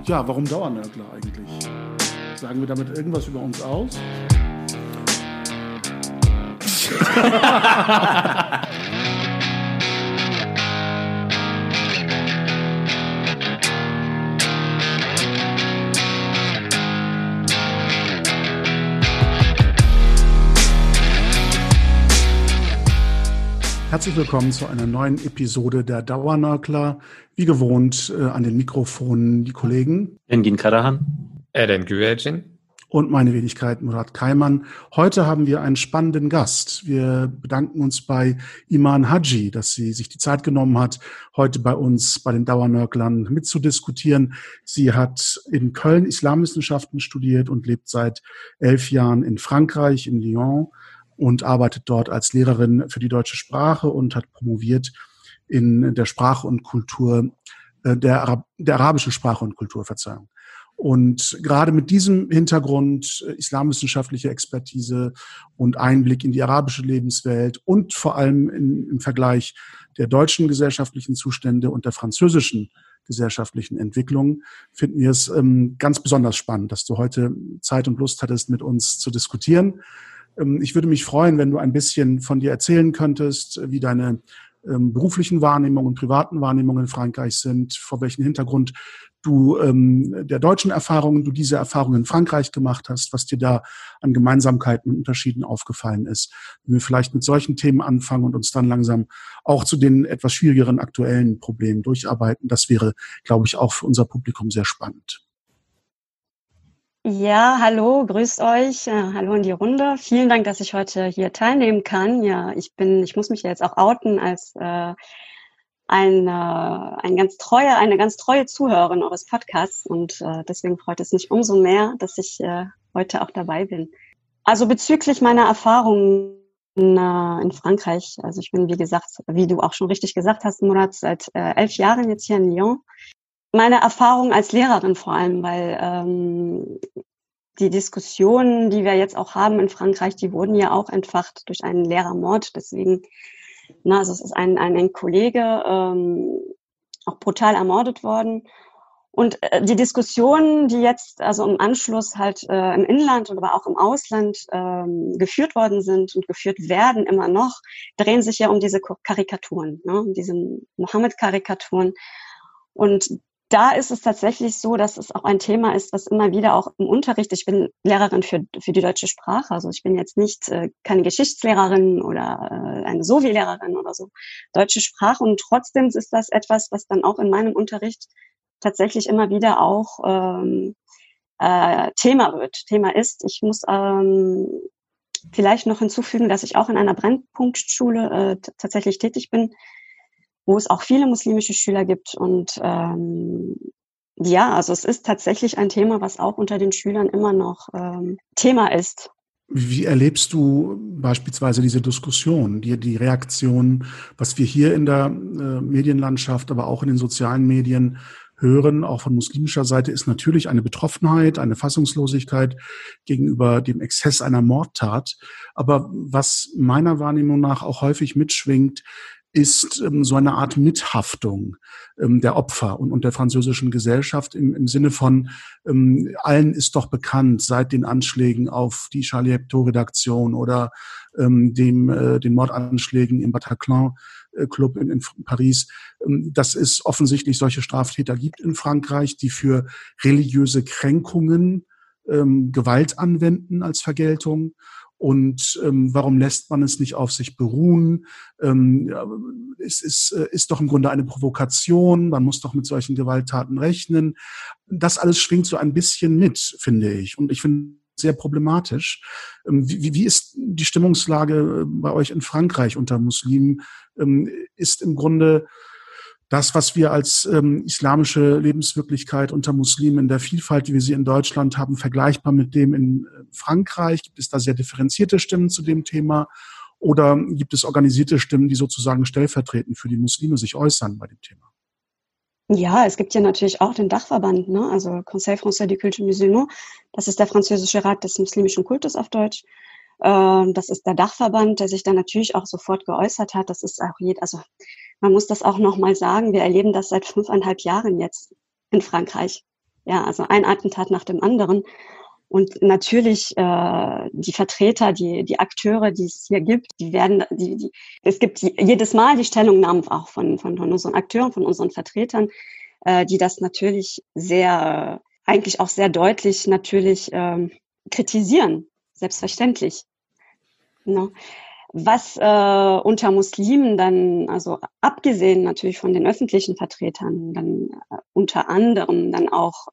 Ja, warum Dauernörgler eigentlich? Sagen wir damit irgendwas über uns aus? Herzlich willkommen zu einer neuen Episode der Dauernörgler. Wie gewohnt an den Mikrofonen die Kollegen Engin Karahan, Eren Güvercin und meine Wenigkeit Murat Kayman. Heute haben wir einen spannenden Gast. Wir bedanken uns bei Iman Haji, dass sie sich die Zeit genommen hat, heute bei uns bei den Dauernörglern mitzudiskutieren. Sie hat in Köln Islamwissenschaften studiert und lebt seit 11 Jahren in Frankreich, in Lyon, und arbeitet dort als Lehrerin für die deutsche Sprache und hat promoviert in der Sprache und Kultur, der arabischen Sprache und Kultur, Verzeihung. Und gerade mit diesem Hintergrund, islamwissenschaftliche Expertise und Einblick in die arabische Lebenswelt und vor allem im Vergleich der deutschen gesellschaftlichen Zustände und der französischen gesellschaftlichen Entwicklung, finden wir es ganz besonders spannend, dass du heute Zeit und Lust hattest, mit uns zu diskutieren. Ich würde mich freuen, wenn du ein bisschen von dir erzählen könntest, wie deine beruflichen Wahrnehmungen und privaten Wahrnehmungen in Frankreich sind, vor welchem Hintergrund du der deutschen Erfahrungen, du diese Erfahrungen in Frankreich gemacht hast, was dir da an Gemeinsamkeiten und Unterschieden aufgefallen ist. Wenn wir vielleicht mit solchen Themen anfangen und uns dann langsam auch zu den etwas schwierigeren aktuellen Problemen durcharbeiten, das wäre, glaube ich, auch für unser Publikum sehr spannend. Ja, hallo, grüßt euch, hallo in die Runde. Vielen Dank, dass ich heute hier teilnehmen kann. Ja, ich muss mich ja jetzt auch outen als eine ganz treue Zuhörerin eures Podcasts und deswegen freut es mich umso mehr, dass ich heute auch dabei bin. Also bezüglich meiner Erfahrungen in Frankreich, also ich bin, wie gesagt, wie du auch schon richtig gesagt hast, Murat, seit 11 Jahren jetzt hier in Lyon. Meine Erfahrung als Lehrerin vor allem, weil die Diskussionen, die wir jetzt auch haben in Frankreich, die wurden ja auch entfacht durch einen Lehrermord. Deswegen, also es ist ein Kollege auch brutal ermordet worden. Und die Diskussionen, die jetzt also im Anschluss halt im Inland oder aber auch im Ausland geführt worden sind und geführt werden immer noch, drehen sich ja um diese Karikaturen, ne? Um diese Mohammed-Karikaturen. Und da ist es tatsächlich so, dass es auch ein Thema ist, was immer wieder auch im Unterricht, ich bin Lehrerin für die deutsche Sprache, also ich bin jetzt nicht keine Geschichtslehrerin oder eine Sovi-Lehrerin oder so, deutsche Sprache, und trotzdem ist das etwas, was dann auch in meinem Unterricht tatsächlich immer wieder auch Thema ist. Ich muss vielleicht noch hinzufügen, dass ich auch in einer Brennpunktschule tatsächlich tätig bin, wo es auch viele muslimische Schüler gibt. Und also es ist tatsächlich ein Thema, was auch unter den Schülern immer noch Thema ist. Wie erlebst du beispielsweise diese Diskussion, die Reaktion, was wir hier in der Medienlandschaft, aber auch in den sozialen Medien hören, auch von muslimischer Seite, ist natürlich eine Betroffenheit, eine Fassungslosigkeit gegenüber dem Exzess einer Mordtat. Aber was meiner Wahrnehmung nach auch häufig mitschwingt, ist so eine Art Mithaftung der Opfer und der französischen Gesellschaft im Sinne von, allen ist doch bekannt seit den Anschlägen auf die Charlie Hebdo-Redaktion oder den Mordanschlägen im Bataclan-Club in Paris, dass es offensichtlich solche Straftäter gibt in Frankreich, die für religiöse Kränkungen Gewalt anwenden als Vergeltung. Und warum lässt man es nicht auf sich beruhen? Es ist doch im Grunde eine Provokation. Man muss doch mit solchen Gewalttaten rechnen. Das alles schwingt so ein bisschen mit, finde ich. Und ich finde es sehr problematisch. Wie ist die Stimmungslage bei euch in Frankreich unter Muslimen? Ist im Grunde das, was wir als islamische Lebenswirklichkeit unter Muslimen in der Vielfalt, wie wir sie in Deutschland haben, vergleichbar mit dem in Frankreich? Gibt es da sehr differenzierte Stimmen zu dem Thema? Oder gibt es organisierte Stimmen, die sozusagen stellvertretend für die Muslime sich äußern bei dem Thema? Ja, es gibt ja natürlich auch den Dachverband, ne? Also Conseil Français du Culte Musulman. Das ist der französische Rat des muslimischen Kultus auf Deutsch. Das ist der Dachverband, der sich dann natürlich auch sofort geäußert hat. Das ist auch also man muss das auch nochmal sagen, wir erleben das seit 5,5 Jahren jetzt in Frankreich. Ja, also ein Attentat nach dem anderen. Und natürlich die Vertreter, die Akteure, die es hier gibt, es gibt jedes Mal die Stellungnahmen auch von unseren Akteuren, von unseren Vertretern, die das natürlich eigentlich auch sehr deutlich natürlich kritisieren, selbstverständlich. Ne? Was unter Muslimen dann, also abgesehen natürlich von den öffentlichen Vertretern, dann unter anderem dann auch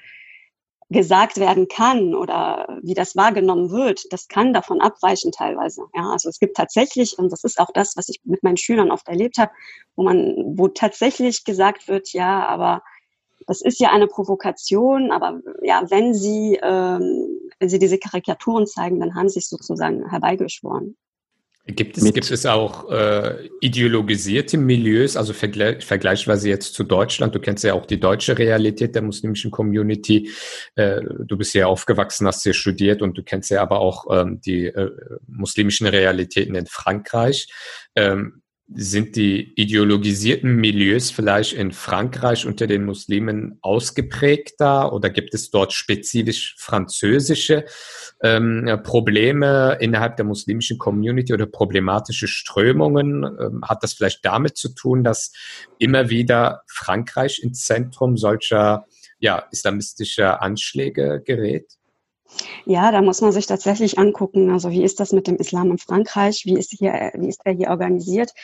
gesagt werden kann oder wie das wahrgenommen wird, das kann davon abweichen teilweise. Ja, also es gibt tatsächlich, und das ist auch das, was ich mit meinen Schülern oft erlebt habe, wo tatsächlich gesagt wird, ja, aber das ist ja eine Provokation, aber ja, wenn Sie diese Karikaturen zeigen, dann haben Sie es sozusagen herbeigeschworen. Gibt es auch ideologisierte Milieus, also vergleichsweise jetzt zu Deutschland? Du kennst ja auch die deutsche Realität der muslimischen Community. Du bist ja aufgewachsen, hast hier studiert und du kennst ja aber auch die muslimischen Realitäten in Frankreich. Sind die ideologisierten Milieus vielleicht in Frankreich unter den Muslimen ausgeprägter oder gibt es dort spezifisch französische Probleme innerhalb der muslimischen Community oder problematische Strömungen? Hat das vielleicht damit zu tun, dass immer wieder Frankreich ins Zentrum solcher islamistischer Anschläge gerät? Ja, da muss man sich tatsächlich angucken, also wie ist das mit dem Islam in Frankreich, wie ist er hier organisiert,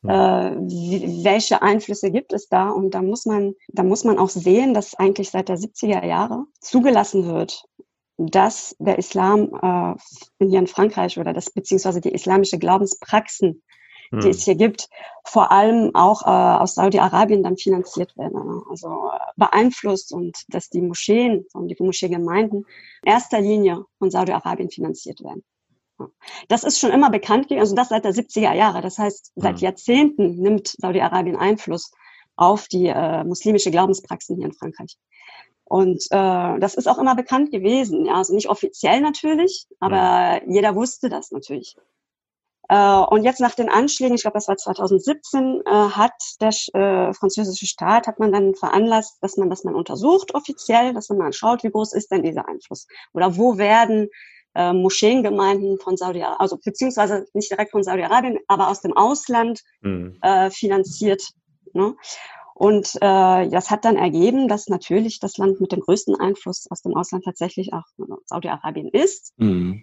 welche Einflüsse gibt es da, und da muss man auch sehen, dass eigentlich seit der 70er Jahre zugelassen wird, dass der Islam hier in Frankreich beziehungsweise die islamische Glaubenspraxen, die es hier gibt, vor allem auch aus Saudi-Arabien dann finanziert werden. Also beeinflusst, und dass die Moscheen und die Moscheegemeinden in erster Linie von Saudi-Arabien finanziert werden. Das ist schon immer bekannt gewesen, also das seit der 70er Jahre. Das heißt, seit Jahrzehnten nimmt Saudi-Arabien Einfluss auf die muslimische Glaubenspraxen hier in Frankreich. Und das ist auch immer bekannt gewesen. Ja, also nicht offiziell natürlich, aber jeder wusste das natürlich. Und jetzt nach den Anschlägen, ich glaube, das war 2017, hat der französische Staat, hat man dann veranlasst, dass man untersucht offiziell, dass man mal schaut, wie groß ist denn dieser Einfluss? Oder wo werden Moscheengemeinden von Saudi-Arabien, also beziehungsweise nicht direkt von Saudi-Arabien, aber aus dem Ausland finanziert. Ne? Und das hat dann ergeben, dass natürlich das Land mit dem größten Einfluss aus dem Ausland tatsächlich auch Saudi-Arabien ist.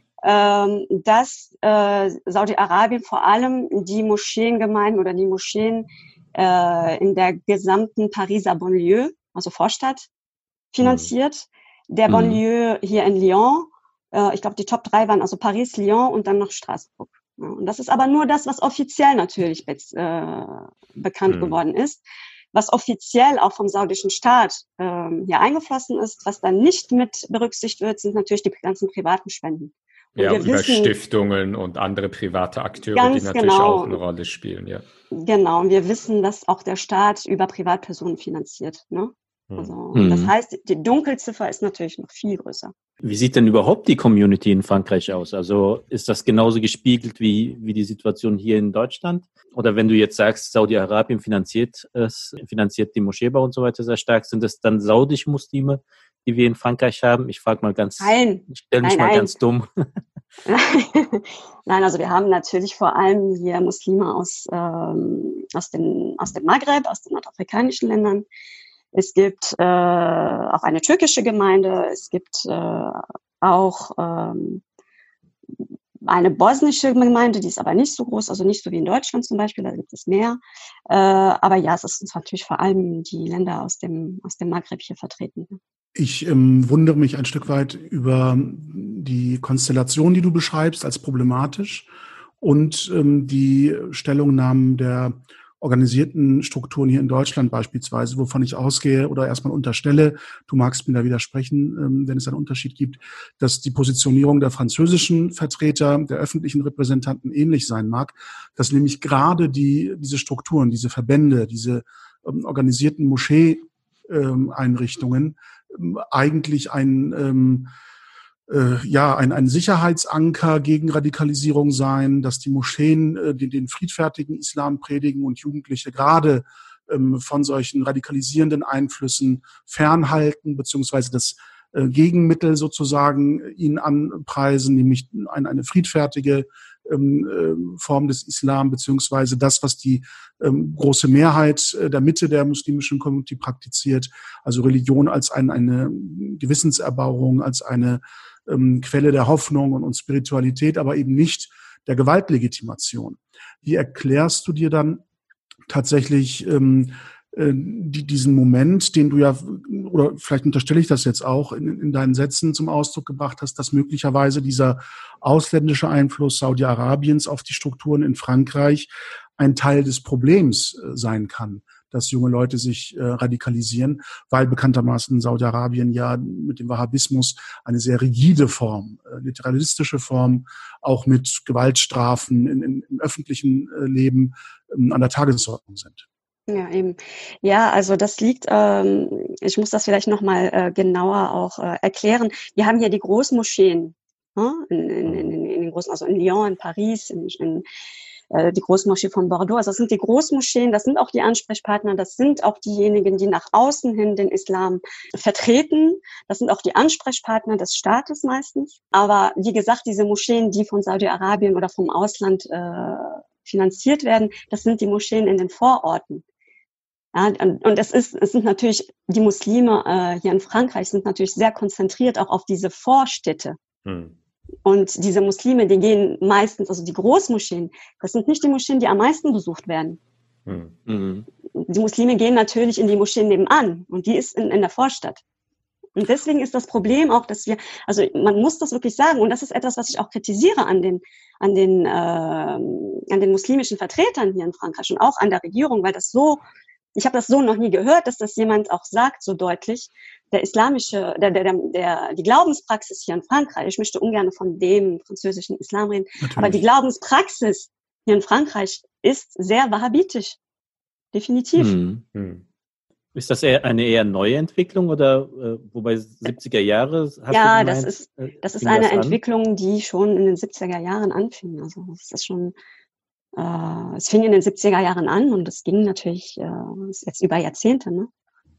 Dass Saudi-Arabien vor allem die Moscheengemeinden oder die Moscheen in der gesamten Pariser Banlieue, also Vorstadt, finanziert. Der Banlieue hier in Lyon, ich glaube, die Top 3 waren also Paris, Lyon und dann noch Straßburg. Ja, und das ist aber nur das, was offiziell natürlich jetzt, bekannt geworden ist. Was offiziell auch vom saudischen Staat hier eingeflossen ist, was dann nicht mit berücksichtigt wird, sind natürlich die ganzen privaten Spenden. Und ja, über Stiftungen und andere private Akteure, die natürlich auch eine Rolle spielen. Ja. Genau, und wir wissen, dass auch der Staat über Privatpersonen finanziert. Ne? Also, das heißt, die Dunkelziffer ist natürlich noch viel größer. Wie sieht denn überhaupt die Community in Frankreich aus? Also ist das genauso gespiegelt wie die Situation hier in Deutschland? Oder wenn du jetzt sagst, Saudi-Arabien finanziert die Moscheebau und so weiter sehr stark, sind es dann saudische Muslime, die wir in Frankreich haben? Ich frage mal ganz dumm. Nein, also wir haben natürlich vor allem hier Muslime aus dem Maghreb, aus den nordafrikanischen Ländern. Es gibt auch eine türkische Gemeinde, es gibt auch eine bosnische Gemeinde, die ist aber nicht so groß, also nicht so wie in Deutschland zum Beispiel, da gibt es mehr. Aber ja, es ist natürlich vor allem die Länder aus dem Maghreb hier vertreten. Ich wundere mich ein Stück weit über die Konstellation, die du beschreibst, als problematisch und die Stellungnahmen der organisierten Strukturen hier in Deutschland beispielsweise, wovon ich ausgehe oder erstmal unterstelle, du magst mir da widersprechen, wenn es einen Unterschied gibt, dass die Positionierung der französischen Vertreter, der öffentlichen Repräsentanten ähnlich sein mag, dass nämlich gerade diese Strukturen, diese Verbände, diese organisierten Moschee-Einrichtungen eigentlich ein Sicherheitsanker gegen Radikalisierung sein, dass die Moscheen den friedfertigen Islam predigen und Jugendliche gerade von solchen radikalisierenden Einflüssen fernhalten, beziehungsweise das Gegenmittel sozusagen ihn anpreisen, nämlich eine friedfertige Form des Islam, beziehungsweise das, was die große Mehrheit der Mitte der muslimischen Community praktiziert, also Religion als eine Gewissenserbauung, als eine Quelle der Hoffnung und Spiritualität, aber eben nicht der Gewaltlegitimation. Wie erklärst du dir dann tatsächlich diesen Moment, den du ja, oder vielleicht unterstelle ich das jetzt auch, in deinen Sätzen zum Ausdruck gebracht hast, dass möglicherweise dieser ausländische Einfluss Saudi-Arabiens auf die Strukturen in Frankreich ein Teil des Problems sein kann, dass junge Leute sich radikalisieren, weil bekanntermaßen Saudi-Arabien ja mit dem Wahhabismus eine sehr rigide Form, literalistische Form, auch mit Gewaltstrafen im öffentlichen Leben an der Tagesordnung sind. Ja, eben. Ja, also das liegt, ich muss das vielleicht nochmal genauer auch erklären. Wir haben hier die Großmoscheen, in den großen, also in Lyon, in Paris, die Großmoschee von Bordeaux. Also das sind die Großmoscheen, das sind auch die Ansprechpartner, das sind auch diejenigen, die nach außen hin den Islam vertreten. Das sind auch die Ansprechpartner des Staates meistens. Aber wie gesagt, diese Moscheen, die von Saudi-Arabien oder vom Ausland finanziert werden, das sind die Moscheen in den Vororten. Ja, und es sind natürlich, die Muslime hier in Frankreich sind natürlich sehr konzentriert auch auf diese Vorstädte. Und diese Muslime, die gehen meistens, also die Großmoscheen, das sind nicht die Moscheen, die am meisten besucht werden. Die Muslime gehen natürlich in die Moscheen nebenan und die ist in der Vorstadt. Und deswegen ist das Problem auch, dass also man muss das wirklich sagen, und das ist etwas, was ich auch kritisiere an den muslimischen Vertretern hier in Frankreich und auch an der Regierung, weil ich habe das so noch nie gehört, dass das jemand auch sagt, so deutlich, die Glaubenspraxis hier in Frankreich, ich möchte ungern von dem französischen Islam reden, natürlich. Aber die Glaubenspraxis hier in Frankreich ist sehr wahhabitisch. Definitiv. Ist das eine eher neue Entwicklung oder wobei 70er Jahre hast du gemeint, das ist eine Entwicklung, die schon in den 70er Jahren anfing. Also das ist schon es fing in den 70er Jahren an und es ging natürlich jetzt über Jahrzehnte, ne?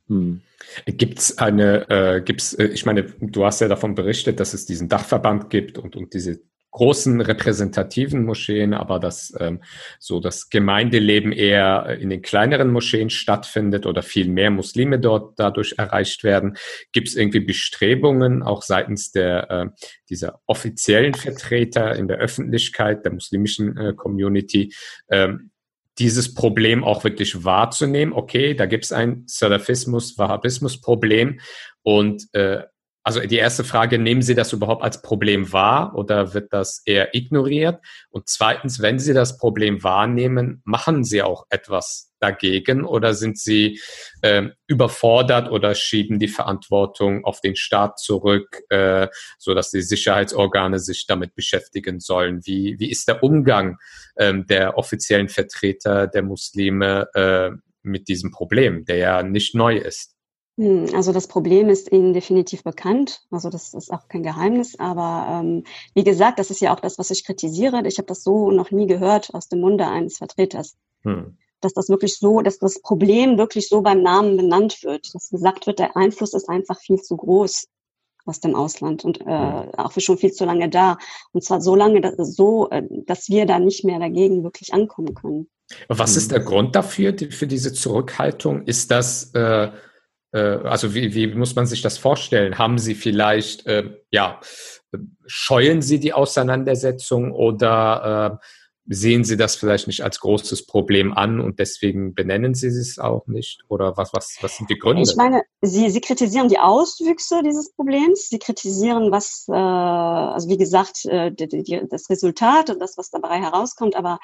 Ich meine, du hast ja davon berichtet, dass es diesen Dachverband gibt und diese großen repräsentativen Moscheen, aber dass so das Gemeindeleben eher in den kleineren Moscheen stattfindet oder viel mehr Muslime dort dadurch erreicht werden. Gibt es irgendwie Bestrebungen auch seitens dieser offiziellen Vertreter in der Öffentlichkeit der muslimischen Community, dieses Problem auch wirklich wahrzunehmen? Okay, da gibt es ein Salafismus-Wahhabismus-Problem und also die erste Frage, nehmen Sie das überhaupt als Problem wahr oder wird das eher ignoriert? Und zweitens, wenn Sie das Problem wahrnehmen, machen Sie auch etwas dagegen oder sind Sie überfordert oder schieben die Verantwortung auf den Staat zurück, sodass die Sicherheitsorgane sich damit beschäftigen sollen? Wie ist der Umgang der offiziellen Vertreter der Muslime mit diesem Problem, der ja nicht neu ist? Also das Problem ist Ihnen definitiv bekannt, also das ist auch kein Geheimnis, aber wie gesagt, das ist ja auch das, was ich kritisiere. Ich habe das so noch nie gehört aus dem Munde eines Vertreters, dass das wirklich so, dass das Problem wirklich so beim Namen benannt wird, dass gesagt wird, der Einfluss ist einfach viel zu groß aus dem Ausland und auch schon viel zu lange da und zwar so lange, dass wir da nicht mehr dagegen wirklich ankommen können. Was ist der Grund dafür, für diese Zurückhaltung? Ist das also wie muss man sich das vorstellen? Haben Sie vielleicht, scheuen Sie die Auseinandersetzung oder sehen Sie das vielleicht nicht als großes Problem an und deswegen benennen Sie es auch nicht? Oder was sind die Gründe? Ich meine, Sie kritisieren die Auswüchse dieses Problems. Sie kritisieren, also wie gesagt, das Resultat und das, was dabei herauskommt. Aber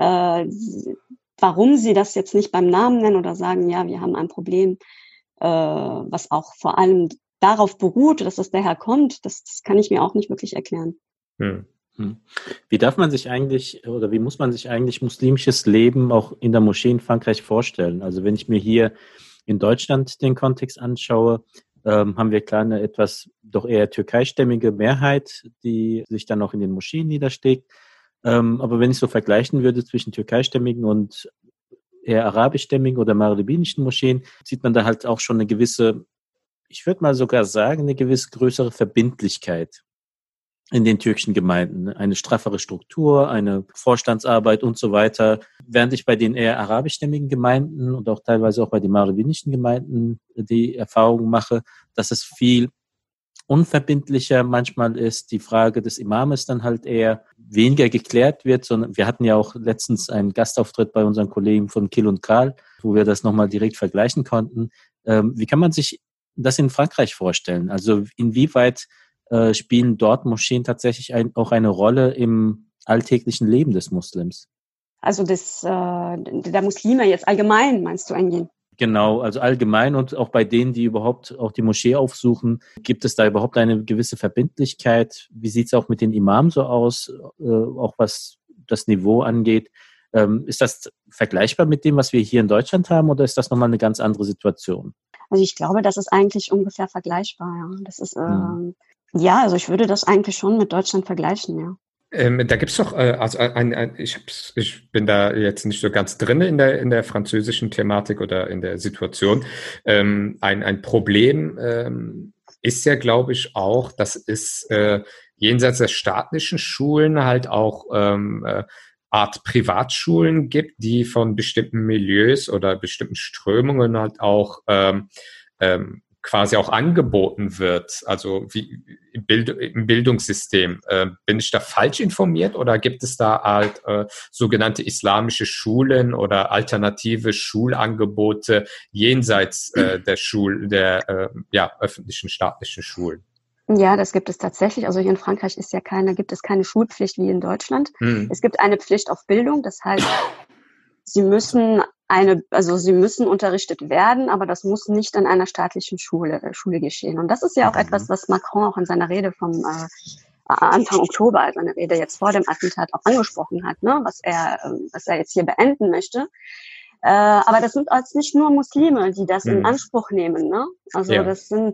warum Sie das jetzt nicht beim Namen nennen oder sagen, ja, wir haben ein Problem, was auch vor allem darauf beruht, dass das daher kommt, das kann ich mir auch nicht wirklich erklären. Wie darf man sich eigentlich oder wie muss man sich eigentlich muslimisches Leben auch in der Moschee in Frankreich vorstellen? Also wenn ich mir hier in Deutschland den Kontext anschaue, haben wir klar eine etwas doch eher türkeistämmige Mehrheit, die sich dann auch in den Moscheen niederschlägt. Aber wenn ich so vergleichen würde zwischen türkeistämmigen und eher arabischstämmigen oder maghrebinischen Moscheen sieht man da halt auch schon eine gewisse, ich würde mal sogar sagen, eine gewisse größere Verbindlichkeit in den türkischen Gemeinden. Eine straffere Struktur, eine Vorstandsarbeit und so weiter. Während ich bei den eher arabischstämmigen Gemeinden und auch teilweise auch bei den maghrebinischen Gemeinden die Erfahrung mache, dass es viel unverbindlicher manchmal ist, die Frage des Imames dann halt eher weniger geklärt wird, sondern wir hatten ja auch letztens einen Gastauftritt bei unseren Kollegen von Kill und Kral, wo wir das nochmal direkt vergleichen konnten. Wie kann man sich das in Frankreich vorstellen? Also inwieweit spielen dort Moscheen tatsächlich auch eine Rolle im alltäglichen Leben des Muslims? Also der Muslime jetzt allgemein, meinst du, Engin? Genau, also allgemein und auch bei denen, die überhaupt auch die Moschee aufsuchen, gibt es da überhaupt eine gewisse Verbindlichkeit? Wie sieht es auch mit den Imamen so aus, auch was das Niveau angeht? Ist das vergleichbar mit dem, was wir hier in Deutschland haben, oder ist das nochmal eine ganz andere Situation? Also ich glaube, das ist eigentlich ungefähr vergleichbar, ja. Das ist, ja, also ich würde das eigentlich schon mit Deutschland vergleichen, ja. Da gibt's doch, ich bin da jetzt nicht so ganz drin in der französischen Thematik oder in der Situation. Ein Problem ist ja, glaube ich, auch, dass es jenseits der staatlichen Schulen halt auch Art Privatschulen gibt, die von bestimmten Milieus oder bestimmten Strömungen halt auch quasi auch angeboten wird, also wie im Bildungssystem. Bin ich da falsch informiert oder gibt es da halt sogenannte islamische Schulen oder alternative Schulangebote jenseits der öffentlichen staatlichen Schulen? Ja, das gibt es tatsächlich. Also hier in Frankreich gibt es keine Schulpflicht wie in Deutschland. Es gibt eine Pflicht auf Bildung, das heißt, sie müssen unterrichtet werden, aber das muss nicht an einer staatlichen Schule geschehen. Und das ist ja auch etwas, was Macron auch in seiner Rede vom Anfang Oktober, also eine Rede jetzt vor dem Attentat, auch angesprochen hat, ne, was er jetzt hier beenden möchte. Aber das sind also nicht nur Muslime, die das in Anspruch nehmen, ne? Also ja. Das sind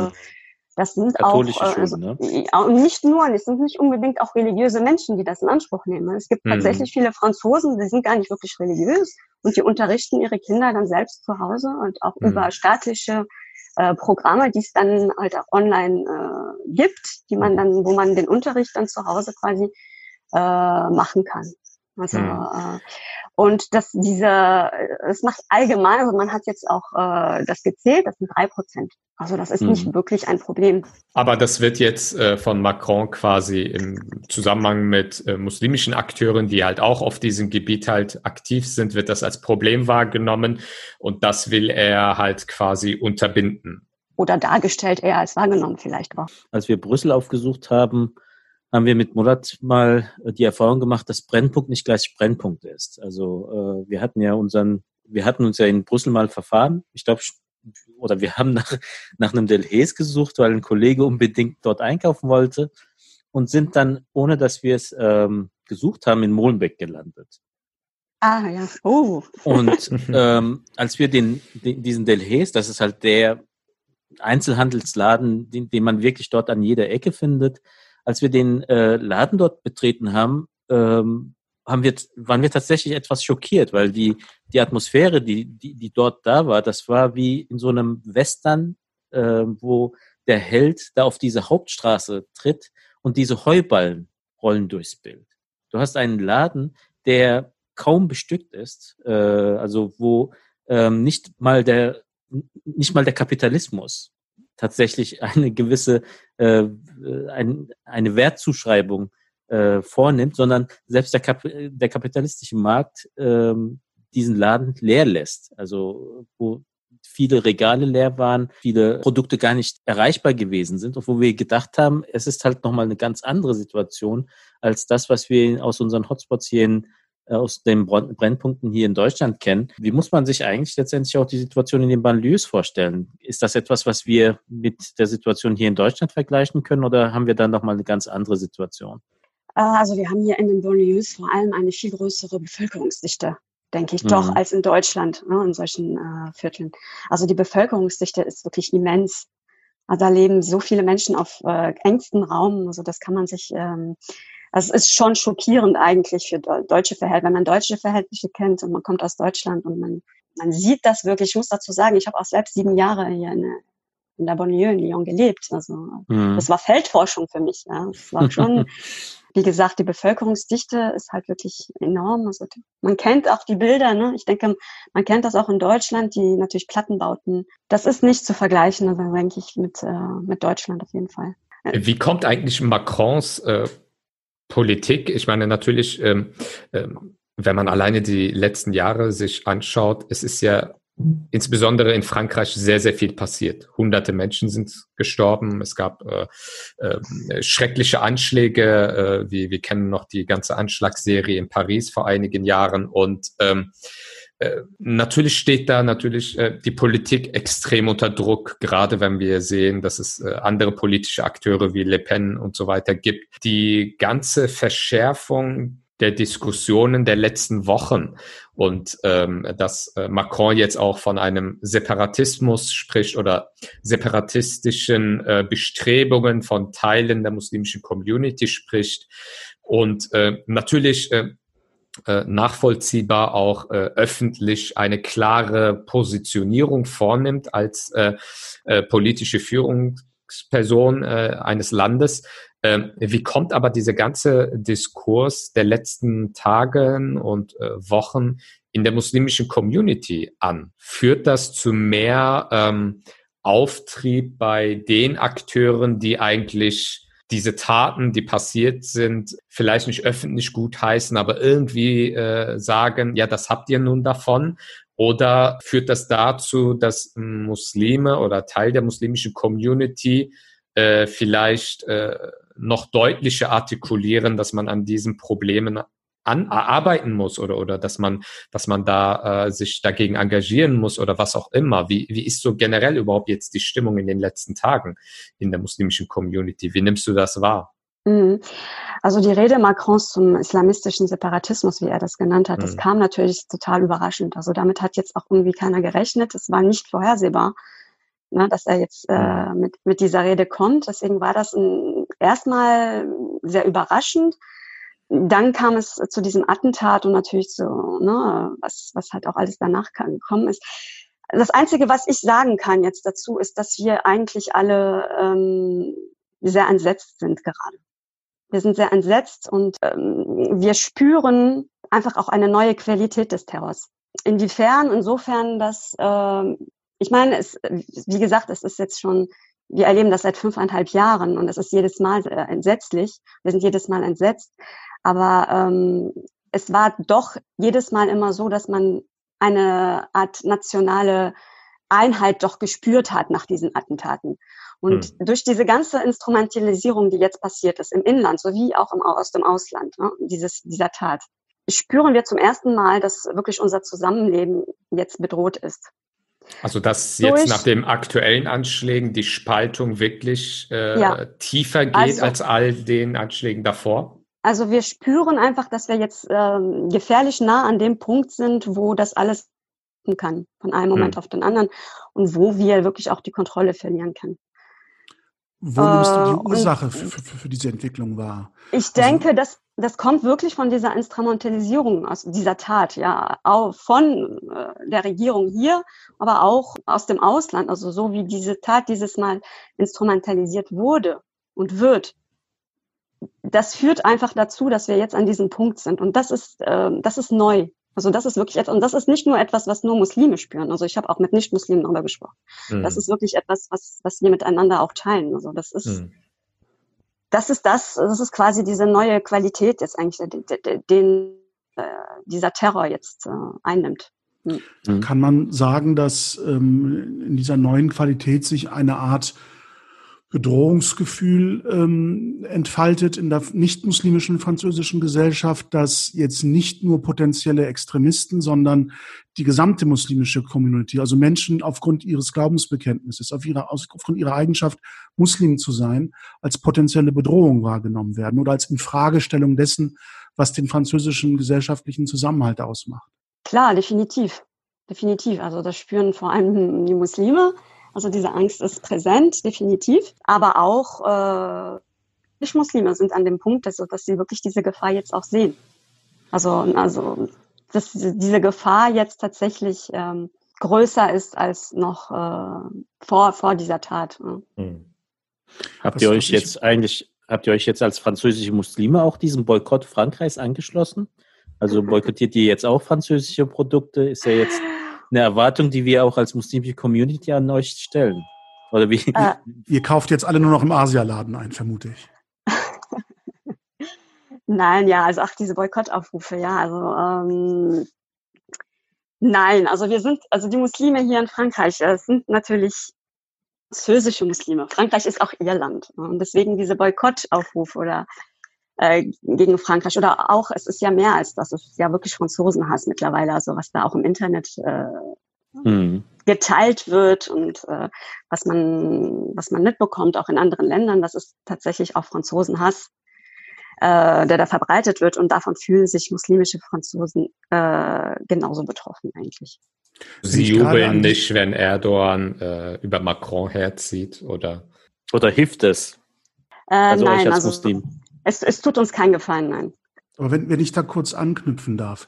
katholische auch, Schulen, ne? Nicht nur, es sind nicht unbedingt auch religiöse Menschen, die das in Anspruch nehmen. Es gibt tatsächlich viele Franzosen, die sind gar nicht wirklich religiös und die unterrichten ihre Kinder dann selbst zu Hause und auch über staatliche Programme, die es dann halt auch online gibt, wo man den Unterricht dann zu Hause quasi machen kann. Also und das macht allgemein, also man hat jetzt auch das gezählt, das sind 3%. Also das ist nicht wirklich ein Problem. Aber das wird jetzt von Macron quasi im Zusammenhang mit muslimischen Akteuren, die halt auch auf diesem Gebiet halt aktiv sind, wird das als Problem wahrgenommen und das will er halt quasi unterbinden. Oder dargestellt eher als wahrgenommen vielleicht auch. Als wir Brüssel aufgesucht haben, haben wir mit Murat mal die Erfahrung gemacht, dass Brennpunkt nicht gleich Brennpunkt ist. Also wir hatten uns ja in Brüssel mal verfahren. Ich glaube, oder wir haben nach einem Delhaize gesucht, weil ein Kollege unbedingt dort einkaufen wollte und sind dann, ohne dass wir es gesucht haben, in Molenbeek gelandet. Ah, ja. Oh. Und als wir diesen Delhaize, das ist halt der Einzelhandelsladen, den man wirklich dort an jeder Ecke findet, als wir den Laden dort betreten haben, waren wir tatsächlich etwas schockiert, weil die Atmosphäre, die dort da war, das war wie in so einem Western, wo der Held da auf diese Hauptstraße tritt und diese Heuballen rollen durchs Bild. Du hast einen Laden, der kaum bestückt ist, also wo nicht mal der Kapitalismus tatsächlich eine gewisse eine Wertzuschreibung vornimmt, sondern selbst der kapitalistische Markt diesen Laden leer lässt. Also wo viele Regale leer waren, viele Produkte gar nicht erreichbar gewesen sind und wo wir gedacht haben, es ist halt nochmal eine ganz andere Situation als das, was wir aus unseren Hotspots hier aus den Brennpunkten hier in Deutschland kennen. Wie muss man sich eigentlich letztendlich auch die Situation in den Banlieues vorstellen? Ist das etwas, was wir mit der Situation hier in Deutschland vergleichen können oder haben wir dann nochmal eine ganz andere Situation? Also wir haben hier in den Banlieues vor allem eine viel größere Bevölkerungsdichte, denke ich, doch, als in Deutschland, ne, in solchen Vierteln. Also die Bevölkerungsdichte ist wirklich immens. Also da leben so viele Menschen auf engstem Raum, also das kann man sich Also es ist schon schockierend eigentlich für deutsche Verhältnisse, wenn man deutsche Verhältnisse kennt und man kommt aus Deutschland und man sieht das wirklich. Ich muss dazu sagen, ich habe auch selbst 7 Jahre hier in der Banlieue in Lyon gelebt. Also das war Feldforschung für mich. Ja. Es war schon, wie gesagt, die Bevölkerungsdichte ist halt wirklich enorm. Also man kennt auch die Bilder. Ne? Ich denke, man kennt das auch in Deutschland, die natürlich Plattenbauten. Das ist nicht zu vergleichen, also denke ich, mit Deutschland auf jeden Fall. Wie kommt eigentlich Macrons Politik? Ich meine, natürlich, wenn man alleine die letzten Jahre sich anschaut, es ist ja insbesondere in Frankreich sehr, sehr viel passiert. Hunderte Menschen sind gestorben. Es gab schreckliche Anschläge. Wir kennen noch die ganze Anschlagsserie in Paris vor einigen Jahren. Und natürlich steht da die Politik extrem unter Druck, gerade wenn wir sehen, dass es andere politische Akteure wie Le Pen und so weiter gibt. Die ganze Verschärfung der Diskussionen der letzten Wochen und dass Macron jetzt auch von einem Separatismus spricht oder separatistischen Bestrebungen von Teilen der muslimischen Community spricht und natürlich nachvollziehbar auch öffentlich eine klare Positionierung vornimmt als politische Führungsperson eines Landes. Wie kommt aber dieser ganze Diskurs der letzten Tagen und Wochen in der muslimischen Community an? Führt das zu mehr Auftrieb bei den Akteuren, die eigentlich diese Taten, die passiert sind, vielleicht nicht öffentlich gutheißen, aber irgendwie sagen, ja, das habt ihr nun davon? Oder führt das dazu, dass Muslime oder Teil der muslimischen Community vielleicht noch deutlicher artikulieren, dass man an diesen Problemen arbeiten muss oder dass man da sich dagegen engagieren muss oder was auch immer. Wie ist so generell überhaupt jetzt die Stimmung in den letzten Tagen in der muslimischen Community? Wie nimmst du das wahr? Also die Rede Macrons zum islamistischen Separatismus, wie er das genannt hat, das kam natürlich total überraschend. Also damit hat jetzt auch irgendwie keiner gerechnet. Es war nicht vorhersehbar, ne, dass er jetzt mit dieser Rede kommt. Deswegen war das erstmal sehr überraschend. Dann kam es zu diesem Attentat und natürlich so, ne, was halt auch alles danach gekommen ist. Das Einzige, was ich sagen kann jetzt dazu, ist, dass wir eigentlich alle sehr entsetzt sind gerade. Wir sind sehr entsetzt und wir spüren einfach auch eine neue Qualität des Terrors. Insofern, dass, ich meine, wie gesagt, es ist jetzt schon, wir erleben das seit 5,5 Jahren und es ist jedes Mal entsetzlich. Wir sind jedes Mal entsetzt. Aber es war doch jedes Mal immer so, dass man eine Art nationale Einheit doch gespürt hat nach diesen Attentaten. Und durch diese ganze Instrumentalisierung, die jetzt passiert ist, im Inland sowie auch aus dem Ausland, ne, dieser Tat, spüren wir zum ersten Mal, dass wirklich unser Zusammenleben jetzt bedroht ist. Also dass jetzt nach den aktuellen Anschlägen die Spaltung wirklich tiefer geht als all den Anschlägen davor? Also wir spüren einfach, dass wir jetzt gefährlich nah an dem Punkt sind, wo das alles kann, von einem Moment auf den anderen und wo wir wirklich auch die Kontrolle verlieren können. Wo nimmst du die Ursache für diese Entwicklung wahr? Ich denke, das kommt wirklich von dieser Instrumentalisierung, aus dieser Tat, ja, auch von der Regierung hier, aber auch aus dem Ausland. Also so wie diese Tat dieses Mal instrumentalisiert wurde und wird. Das führt einfach dazu, dass wir jetzt an diesem Punkt sind. Und das ist neu. Also das ist wirklich etwas, und das ist nicht nur etwas, was nur Muslime spüren. Also ich habe auch mit Nicht-Muslimen darüber gesprochen. Das ist wirklich etwas, was wir miteinander auch teilen. Also das ist quasi diese neue Qualität jetzt eigentlich, den dieser Terror jetzt einnimmt. Kann man sagen, dass in dieser neuen Qualität sich eine Art Bedrohungsgefühl entfaltet in der nicht-muslimischen französischen Gesellschaft, dass jetzt nicht nur potenzielle Extremisten, sondern die gesamte muslimische Community, also Menschen aufgrund ihres Glaubensbekenntnisses, aufgrund ihrer Eigenschaft, Muslim zu sein, als potenzielle Bedrohung wahrgenommen werden oder als Infragestellung dessen, was den französischen gesellschaftlichen Zusammenhalt ausmacht? Klar, definitiv. Definitiv. Also das spüren vor allem die Muslime. Also diese Angst ist präsent, definitiv. Aber auch Muslime sind an dem Punkt, dass sie wirklich diese Gefahr jetzt auch sehen. Also dass diese Gefahr jetzt tatsächlich größer ist als noch vor dieser Tat. Habt ihr euch jetzt als französische Muslime auch diesem Boykott Frankreichs angeschlossen? Also boykottiert ihr jetzt auch französische Produkte? Ist ja jetzt eine Erwartung, die wir auch als muslimische Community an euch stellen. Oder wie? Ihr kauft jetzt alle nur noch im Asialaden ein, vermute ich. Nein, ja, also diese Boykottaufrufe, ja, nein, also die Muslime hier in Frankreich sind natürlich französische Muslime. Frankreich ist auch ihr Land. Und deswegen diese Boykottaufrufe oder gegen Frankreich oder auch, es ist ja mehr als das, es ist ja wirklich Franzosenhass mittlerweile, also was da auch im Internet geteilt wird und was man mitbekommt, auch in anderen Ländern, das ist tatsächlich auch Franzosenhass, der da verbreitet wird und davon fühlen sich muslimische Franzosen genauso betroffen eigentlich. Sie jubeln nicht, wenn Erdogan über Macron herzieht, oder hilft es? Also nein, euch als Muslim? Es tut uns keinen Gefallen, nein. Aber wenn ich da kurz anknüpfen darf.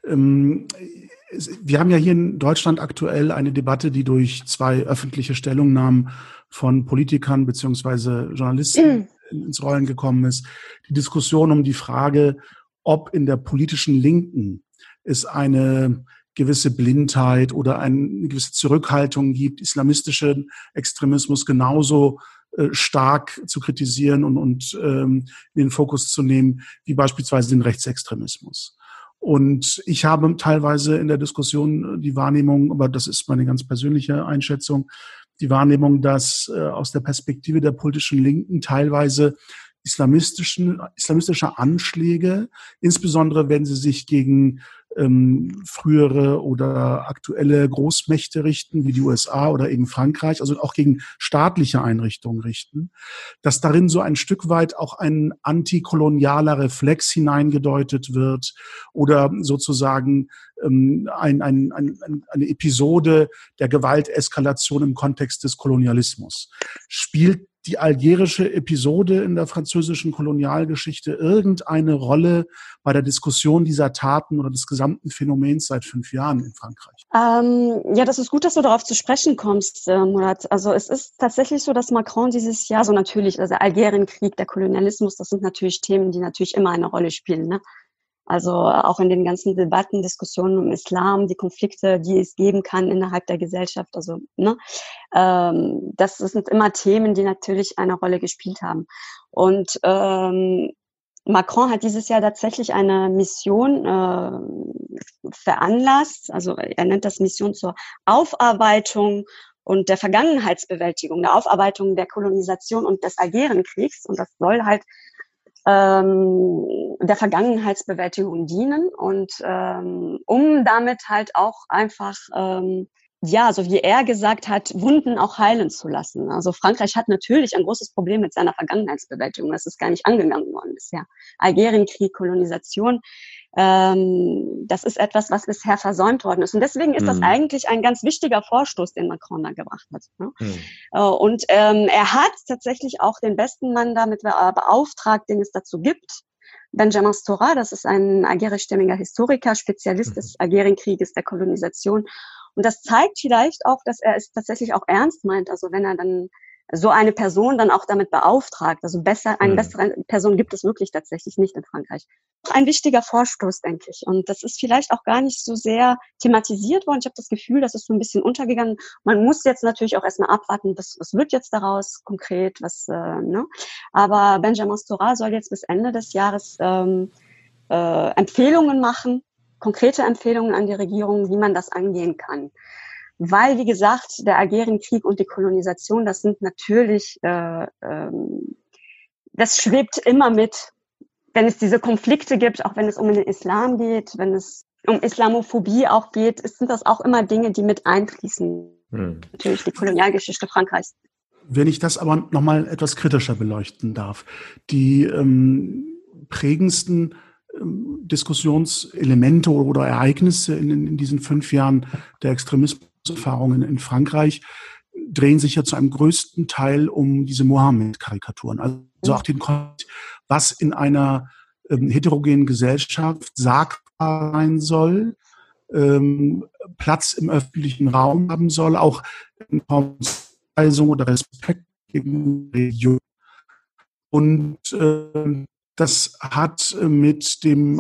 Wir haben ja hier in Deutschland aktuell eine Debatte, die durch 2 öffentliche Stellungnahmen von Politikern beziehungsweise Journalisten ins Rollen gekommen ist. Die Diskussion um die Frage, ob in der politischen Linken es eine gewisse Blindheit oder eine gewisse Zurückhaltung gibt, islamistischen Extremismus genauso stark zu kritisieren und in den Fokus zu nehmen, wie beispielsweise den Rechtsextremismus. Und ich habe teilweise in der Diskussion die Wahrnehmung, aber das ist meine ganz persönliche Einschätzung, die Wahrnehmung, dass aus der Perspektive der politischen Linken teilweise islamistische Anschläge, insbesondere wenn sie sich gegen frühere oder aktuelle Großmächte richten, wie die USA oder eben Frankreich, also auch gegen staatliche Einrichtungen richten, dass darin so ein Stück weit auch ein antikolonialer Reflex hineingedeutet wird oder sozusagen eine Episode der Gewalteskalation im Kontext des Kolonialismus. Spielt die algerische Episode in der französischen Kolonialgeschichte irgendeine Rolle bei der Diskussion dieser Taten oder des gesamten Phänomens seit 5 Jahren in Frankreich? Ja, das ist gut, dass du darauf zu sprechen kommst, Murat. Also es ist tatsächlich so, dass Macron dieses Jahr, so natürlich, also Algerienkrieg, der Kolonialismus, das sind natürlich Themen, die natürlich immer eine Rolle spielen, ne? Also auch in den ganzen Debatten, Diskussionen um Islam, die Konflikte, die es geben kann innerhalb der Gesellschaft. Also das sind immer Themen, die natürlich eine Rolle gespielt haben. Und Macron hat dieses Jahr tatsächlich eine Mission veranlasst. Also er nennt das Mission zur Aufarbeitung und der Vergangenheitsbewältigung, der Aufarbeitung der Kolonisation und des Algerienkriegs. Und das soll halt der Vergangenheitsbewältigung dienen und um damit halt auch einfach so wie er gesagt hat, Wunden auch heilen zu lassen. Also Frankreich hat natürlich ein großes Problem mit seiner Vergangenheitsbewältigung. Das ist gar nicht angegangen worden bisher. Algerienkrieg, Kolonisation, das ist etwas, was bisher versäumt worden ist. Und deswegen ist das eigentlich ein ganz wichtiger Vorstoß, den Macron da gebracht hat. Ne? Und er hat tatsächlich auch den besten Mann damit beauftragt, den es dazu gibt. Benjamin Stora, das ist ein algerischstämmiger Historiker, Spezialist des Algerienkrieges, der Kolonisation. Und das zeigt vielleicht auch, dass er es tatsächlich auch ernst meint. Also wenn er dann so eine Person dann auch damit beauftragt. Also eine bessere Person gibt es wirklich tatsächlich nicht in Frankreich. Ein wichtiger Vorstoß, denke ich. Und das ist vielleicht auch gar nicht so sehr thematisiert worden. Ich habe das Gefühl, das ist so ein bisschen untergegangen. Man muss jetzt natürlich auch erstmal abwarten, was wird jetzt daraus konkret, Aber Benjamin Stora soll jetzt bis Ende des Jahres Empfehlungen machen, konkrete Empfehlungen an die Regierung, wie man das angehen kann. Weil, wie gesagt, der Algerienkrieg und die Kolonisation, das sind natürlich, das schwebt immer mit, wenn es diese Konflikte gibt, auch wenn es um den Islam geht, wenn es um Islamophobie auch geht, sind das auch immer Dinge, die mit einfließen. Natürlich die Kolonialgeschichte Frankreichs. Wenn ich das aber nochmal etwas kritischer beleuchten darf, die prägendsten Diskussionselemente oder Ereignisse in diesen 5 Jahren der Extremismuserfahrungen in Frankreich drehen sich ja zu einem größten Teil um diese Mohammed-Karikaturen. Also also auch den Kontext, was in einer heterogenen Gesellschaft sagbar sein soll, Platz im öffentlichen Raum haben soll, auch in Form von Weisung oder Respekt gegen Religion. Und das hat mit dem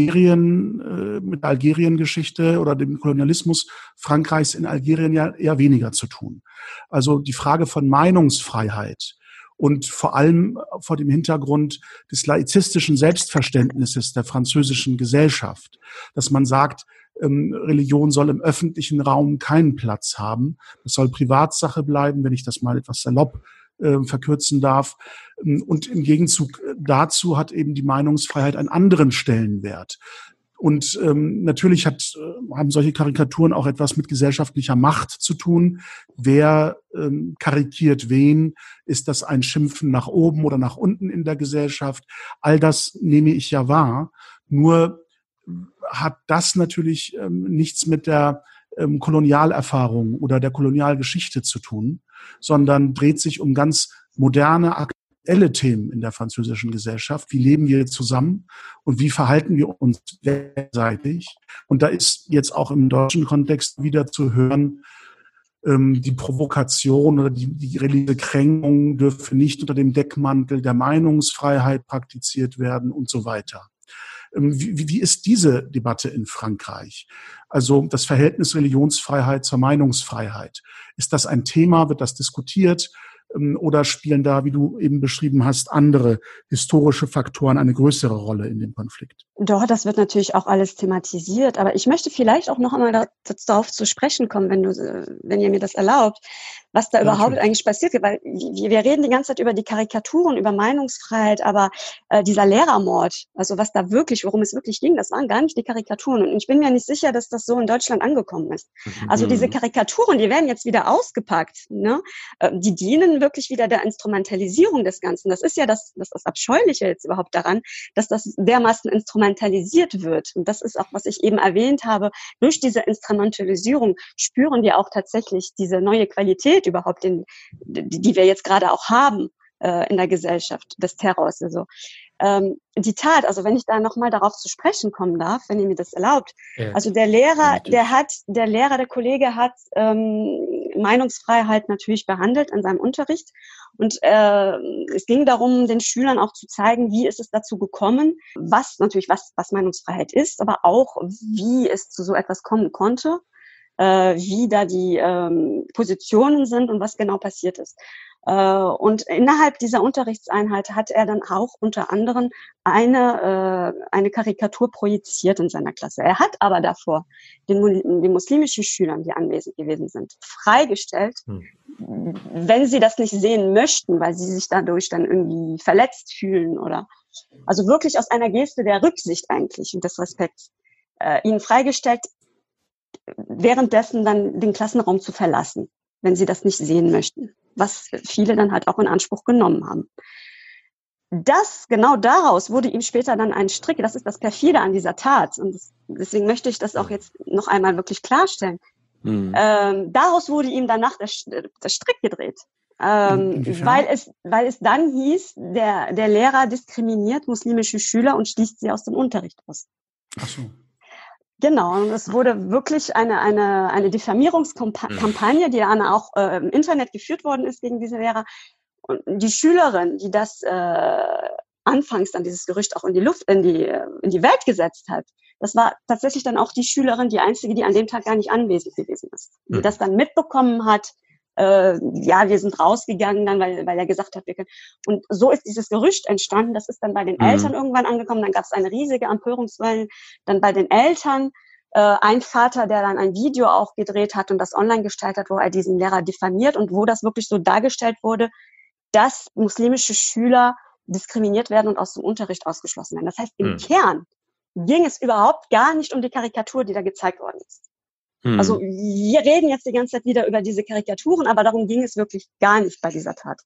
mit der Algerien-Geschichte oder dem Kolonialismus Frankreichs in Algerien ja eher weniger zu tun. Also die Frage von Meinungsfreiheit und vor allem vor dem Hintergrund des laizistischen Selbstverständnisses der französischen Gesellschaft, dass man sagt, Religion soll im öffentlichen Raum keinen Platz haben. Das soll Privatsache bleiben, wenn ich das mal etwas salopp verkürzen darf. Und im Gegenzug dazu hat eben die Meinungsfreiheit einen anderen Stellenwert. Und natürlich haben solche Karikaturen auch etwas mit gesellschaftlicher Macht zu tun. Wer karikiert wen? Ist das ein Schimpfen nach oben oder nach unten in der Gesellschaft? All das nehme ich ja wahr. Nur hat das natürlich nichts mit der Kolonialerfahrung oder der Kolonialgeschichte zu tun, sondern dreht sich um ganz moderne, aktuelle Themen in der französischen Gesellschaft. Wie leben wir zusammen und wie verhalten wir uns gegenseitig? Und da ist jetzt auch im deutschen Kontext wieder zu hören, die Provokation oder die religiöse Kränkung dürfe nicht unter dem Deckmantel der Meinungsfreiheit praktiziert werden und so weiter. Wie ist diese Debatte in Frankreich? Also das Verhältnis Religionsfreiheit zur Meinungsfreiheit. Ist das ein Thema? Wird das diskutiert? Oder spielen da, wie du eben beschrieben hast, andere historische Faktoren eine größere Rolle in dem Konflikt? Doch, das wird natürlich auch alles thematisiert. Aber ich möchte vielleicht auch noch einmal darauf zu sprechen kommen, wenn ihr mir das erlaubt, was da überhaupt eigentlich passiert. Weil wir reden die ganze Zeit über die Karikaturen, über Meinungsfreiheit, aber dieser Lehrermord, also worum es wirklich ging, das waren gar nicht die Karikaturen. Und ich bin mir nicht sicher, dass das so in Deutschland angekommen ist. Also diese Karikaturen, die werden jetzt wieder ausgepackt, ne? Die dienen wirklich wieder der Instrumentalisierung des Ganzen. Das ist ja das Abscheuliche jetzt überhaupt daran, dass das dermaßen instrumentalisiert wird. Und das ist auch, was ich eben erwähnt habe. Durch diese Instrumentalisierung spüren wir auch tatsächlich diese neue Qualität überhaupt, die wir jetzt gerade auch haben in der Gesellschaft des Terrors. Also die Tat, also wenn ich da nochmal darauf zu sprechen kommen darf, wenn ihr mir das erlaubt. Ja. Also der Kollege hat Meinungsfreiheit natürlich behandelt in seinem Unterricht. Und es ging darum, den Schülern auch zu zeigen, wie ist es dazu gekommen, was Meinungsfreiheit ist, aber auch, wie es zu so etwas kommen konnte, wie da die Positionen sind und was genau passiert ist. Und innerhalb dieser Unterrichtseinheit hat er dann auch unter anderem eine Karikatur projiziert in seiner Klasse. Er hat aber davor den muslimischen Schülern, die anwesend gewesen sind, freigestellt, wenn sie das nicht sehen möchten, weil sie sich dadurch dann irgendwie verletzt fühlen oder also wirklich aus einer Geste der Rücksicht eigentlich und des Respekts, ihnen freigestellt, währenddessen dann den Klassenraum zu verlassen, wenn sie das nicht sehen möchten, was viele dann halt auch in Anspruch genommen haben. Genau daraus wurde ihm später dann ein Strick, das ist das Perfide an dieser Tat und deswegen möchte ich das auch jetzt noch einmal wirklich klarstellen. Daraus wurde ihm danach der Strick gedreht, weil es dann hieß, der Lehrer diskriminiert muslimische Schüler und schließt sie aus dem Unterricht aus. Ach so. Genau, und es wurde wirklich eine Diffamierungskampagne, die dann auch im Internet geführt worden ist gegen diese Lehrer. Und die Schülerin, die das anfangs dann dieses Gerücht auch in die Welt gesetzt hat, das war tatsächlich dann auch die Schülerin, die einzige, die an dem Tag gar nicht anwesend gewesen ist. Die das dann mitbekommen hat, wir sind rausgegangen dann, weil er gesagt hat, wir können. Und so ist dieses Gerücht entstanden. Das ist dann bei den Eltern irgendwann angekommen. Dann gab es eine riesige Empörungswelle. Dann bei den Eltern ein Vater, der dann ein Video auch gedreht hat und das online gestellt hat, wo er diesen Lehrer diffamiert und wo das wirklich so dargestellt wurde, dass muslimische Schüler diskriminiert werden und aus dem Unterricht ausgeschlossen werden. Das heißt, im Kern ging es überhaupt gar nicht um die Karikatur, die da gezeigt worden ist. Also wir reden jetzt die ganze Zeit wieder über diese Karikaturen, aber darum ging es wirklich gar nicht bei dieser Tat.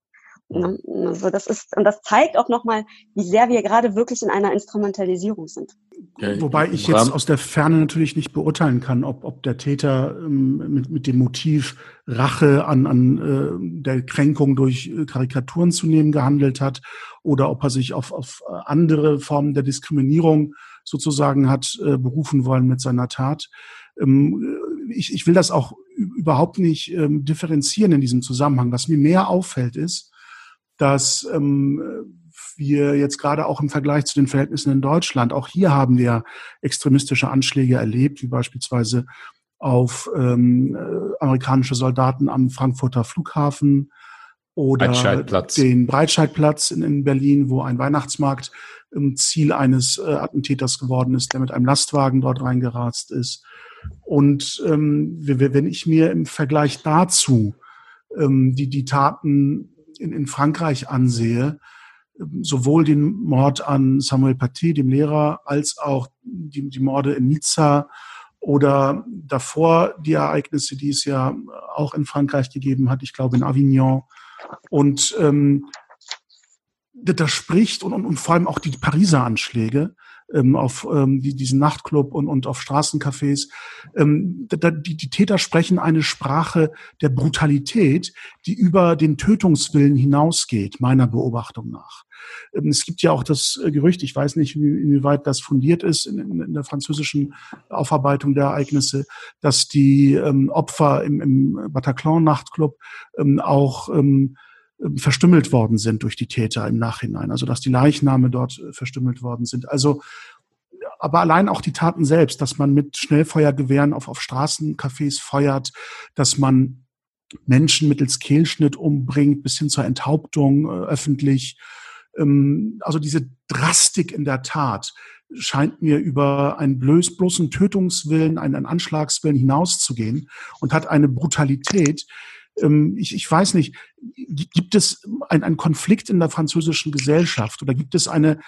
Ne? Also und das zeigt auch nochmal, wie sehr wir gerade wirklich in einer Instrumentalisierung sind. Wobei ich jetzt aus der Ferne natürlich nicht beurteilen kann, ob der Täter mit dem Motiv Rache an der Kränkung durch Karikaturen zu nehmen gehandelt hat oder ob er sich auf andere Formen der Diskriminierung sozusagen hat berufen wollen mit seiner Tat. Ich will das auch überhaupt nicht differenzieren in diesem Zusammenhang. Was mir mehr auffällt, ist, dass wir jetzt gerade auch im Vergleich zu den Verhältnissen in Deutschland, auch hier haben wir extremistische Anschläge erlebt, wie beispielsweise auf amerikanische Soldaten am Frankfurter Flughafen oder den Breitscheidplatz in Berlin, wo ein Weihnachtsmarkt Ziel eines Attentäters geworden ist, der mit einem Lastwagen dort reingerast ist. Und wenn ich mir im Vergleich dazu die Taten in Frankreich ansehe, sowohl den Mord an Samuel Paty, dem Lehrer, als auch die Morde in Nizza oder davor die Ereignisse, die es ja auch in Frankreich gegeben hat, ich glaube in Avignon. Und das spricht und vor allem auch die Pariser Anschläge auf diesen Nachtclub und auf Straßencafés. Die Täter sprechen eine Sprache der Brutalität, die über den Tötungswillen hinausgeht, meiner Beobachtung nach. Es gibt ja auch das Gerücht, ich weiß nicht, inwieweit das fundiert ist in der französischen Aufarbeitung der Ereignisse, dass die Opfer im Bataclan-Nachtclub auch verstümmelt worden sind durch die Täter im Nachhinein, also dass die Leichname dort verstümmelt worden sind. Also, aber allein auch die Taten selbst, dass man mit Schnellfeuergewehren auf Straßencafés feuert, dass man Menschen mittels Kehlschnitt umbringt, bis hin zur Enthauptung öffentlich. Also diese Drastik in der Tat scheint mir über einen bloßen Tötungswillen, einen Anschlagswillen hinauszugehen und hat eine Brutalität. Ich weiß nicht, gibt es einen Konflikt in der französischen Gesellschaft oder gibt es eine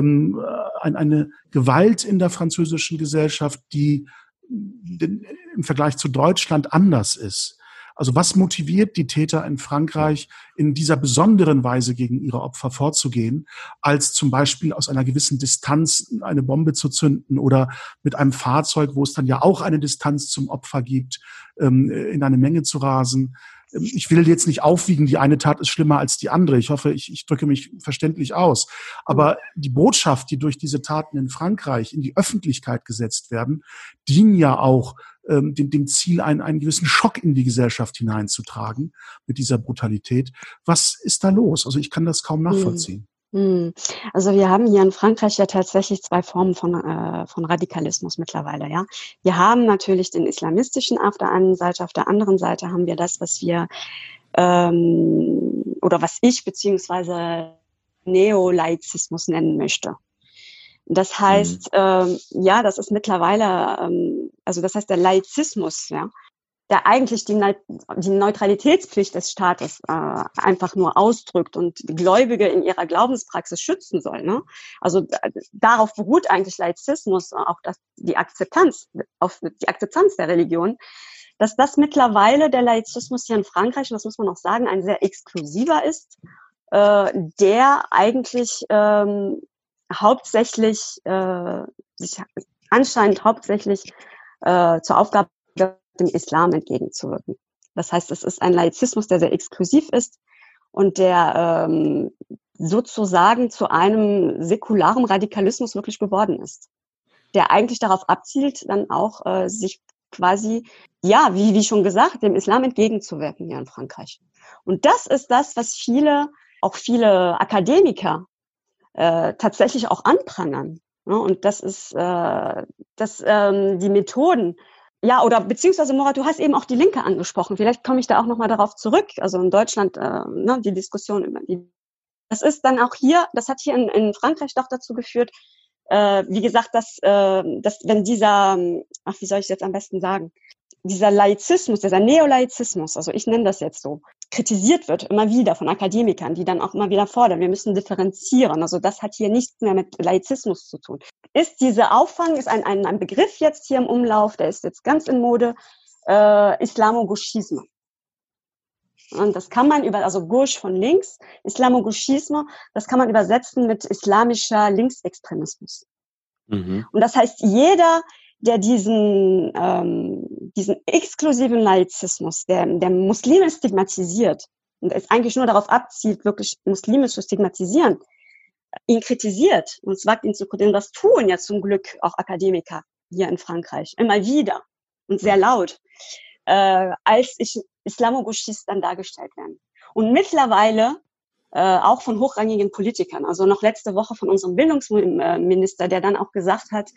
Gewalt in der französischen Gesellschaft, die im Vergleich zu Deutschland anders ist? Also was motiviert die Täter in Frankreich in dieser besonderen Weise gegen ihre Opfer vorzugehen, als zum Beispiel aus einer gewissen Distanz eine Bombe zu zünden oder mit einem Fahrzeug, wo es dann ja auch eine Distanz zum Opfer gibt, in eine Menge zu rasen? Ich will jetzt nicht aufwiegen, die eine Tat ist schlimmer als die andere. Ich hoffe, ich drücke mich verständlich aus. Aber die Botschaft, die durch diese Taten in Frankreich in die Öffentlichkeit gesetzt werden, dienen ja auch dem Ziel, einen gewissen Schock in die Gesellschaft hineinzutragen mit dieser Brutalität. Was ist da los? Also ich kann das kaum nachvollziehen. Also wir haben hier in Frankreich ja tatsächlich zwei Formen von Radikalismus mittlerweile, ja. Wir haben natürlich den islamistischen auf der einen Seite, auf der anderen Seite haben wir das, was wir oder was ich beziehungsweise Neolaizismus nennen möchte. Das heißt, ja, das ist mittlerweile, also das heißt der Laizismus, ja, der eigentlich die Neutralitätspflicht des Staates einfach nur ausdrückt und die Gläubige in ihrer Glaubenspraxis schützen soll. Ne? Also darauf beruht eigentlich Laizismus, auch die Akzeptanz der Religion, dass das mittlerweile der Laizismus hier in Frankreich, und das muss man auch sagen, ein sehr exklusiver ist, der eigentlich sich anscheinend hauptsächlich zur Aufgabe dem Islam entgegenzuwirken. Das heißt, es ist ein Laizismus, der sehr exklusiv ist und der sozusagen zu einem säkularen Radikalismus wirklich geworden ist, der eigentlich darauf abzielt, dann auch sich quasi, ja, wie schon gesagt, dem Islam entgegenzuwirken hier in Frankreich. Und das ist das, was viele Akademiker tatsächlich auch anprangern. Ja, und das ist die Methoden. Ja, oder beziehungsweise, Murat, du hast eben auch die Linke angesprochen. Vielleicht komme ich da auch nochmal darauf zurück. Also in Deutschland, die Diskussion über das ist dann auch hier, das hat hier in Frankreich doch dazu geführt, wie gesagt, dass wenn dieser, wie soll ich es jetzt am besten sagen, dieser Laizismus, dieser Neolaizismus, also ich nenne das jetzt so, kritisiert wird immer wieder von Akademikern, die dann auch immer wieder fordern, wir müssen differenzieren. Also das hat hier nichts mehr mit Laizismus zu tun. Ist ein Begriff jetzt hier im Umlauf, der ist jetzt ganz in Mode, Islamogoschisme. Und das kann man also Gauche von links, Islamo-Gauchisme, das kann man übersetzen mit islamischer Linksextremismus. Und das heißt, jeder, der diesen exklusiven Laizismus, der Muslime stigmatisiert und es eigentlich nur darauf abzielt, wirklich Muslime zu stigmatisieren, ihn kritisiert und es wagt, ihn zu kritisieren. Das tun ja zum Glück auch Akademiker hier in Frankreich immer wieder und sehr laut, als Islamo-Gauchisten dargestellt werden. Und mittlerweile auch von hochrangigen Politikern, also noch letzte Woche von unserem Bildungsminister, der dann auch gesagt hat,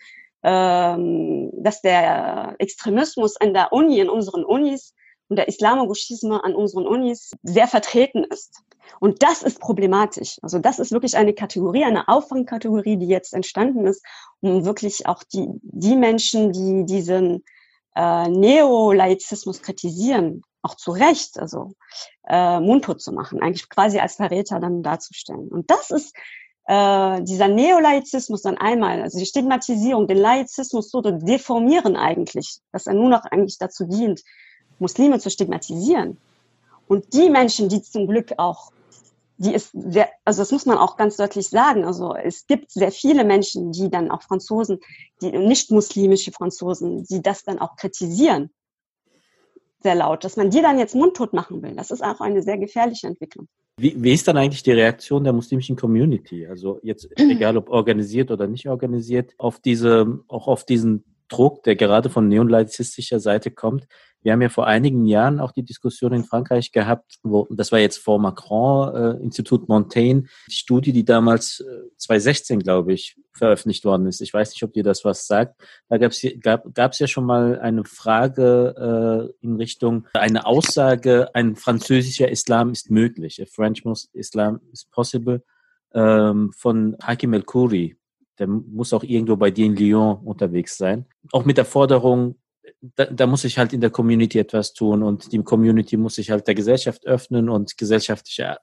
dass der Extremismus an der Uni, in unseren Unis und der Islamo-Gauchisme an unseren Unis sehr vertreten ist. Und das ist problematisch. Also das ist wirklich eine Kategorie, eine Auffangkategorie, die jetzt entstanden ist, um wirklich auch die Menschen, die diesen Neolaizismus kritisieren, auch zu Recht, also mundtot zu machen, eigentlich quasi als Verräter dann darzustellen. Und das ist dieser Neolaizismus dann einmal, also die Stigmatisierung, den Laizismus so zu deformieren eigentlich, dass er nur noch eigentlich dazu dient, Muslime zu stigmatisieren. Und die Menschen, die zum Glück auch, die ist sehr, also das muss man auch ganz deutlich sagen, also es gibt sehr viele Menschen, die dann auch Franzosen, die nicht muslimische Franzosen, die das dann auch kritisieren, sehr laut, dass man die dann jetzt mundtot machen will. Das ist auch eine sehr gefährliche Entwicklung. Wie ist dann eigentlich die Reaktion der muslimischen Community? Also jetzt, egal ob organisiert oder nicht organisiert, auch auf diesen Druck, der gerade von neolaizistischer Seite kommt. Wir haben ja vor einigen Jahren auch die Diskussion in Frankreich gehabt, das war jetzt vor Macron, Institut Montaigne, die Studie, die damals 2016, glaube ich, veröffentlicht worden ist. Ich weiß nicht, ob dir das was sagt. Da gab's ja schon mal eine Frage in Richtung, eine Aussage, ein französischer Islam ist möglich. A French Islam is possible, von Hakim El-Khoury. Der muss auch irgendwo bei dir in Lyon unterwegs sein. Auch mit der Forderung, da muss sich halt in der Community etwas tun und die Community muss sich halt der Gesellschaft öffnen und gesellschaftliche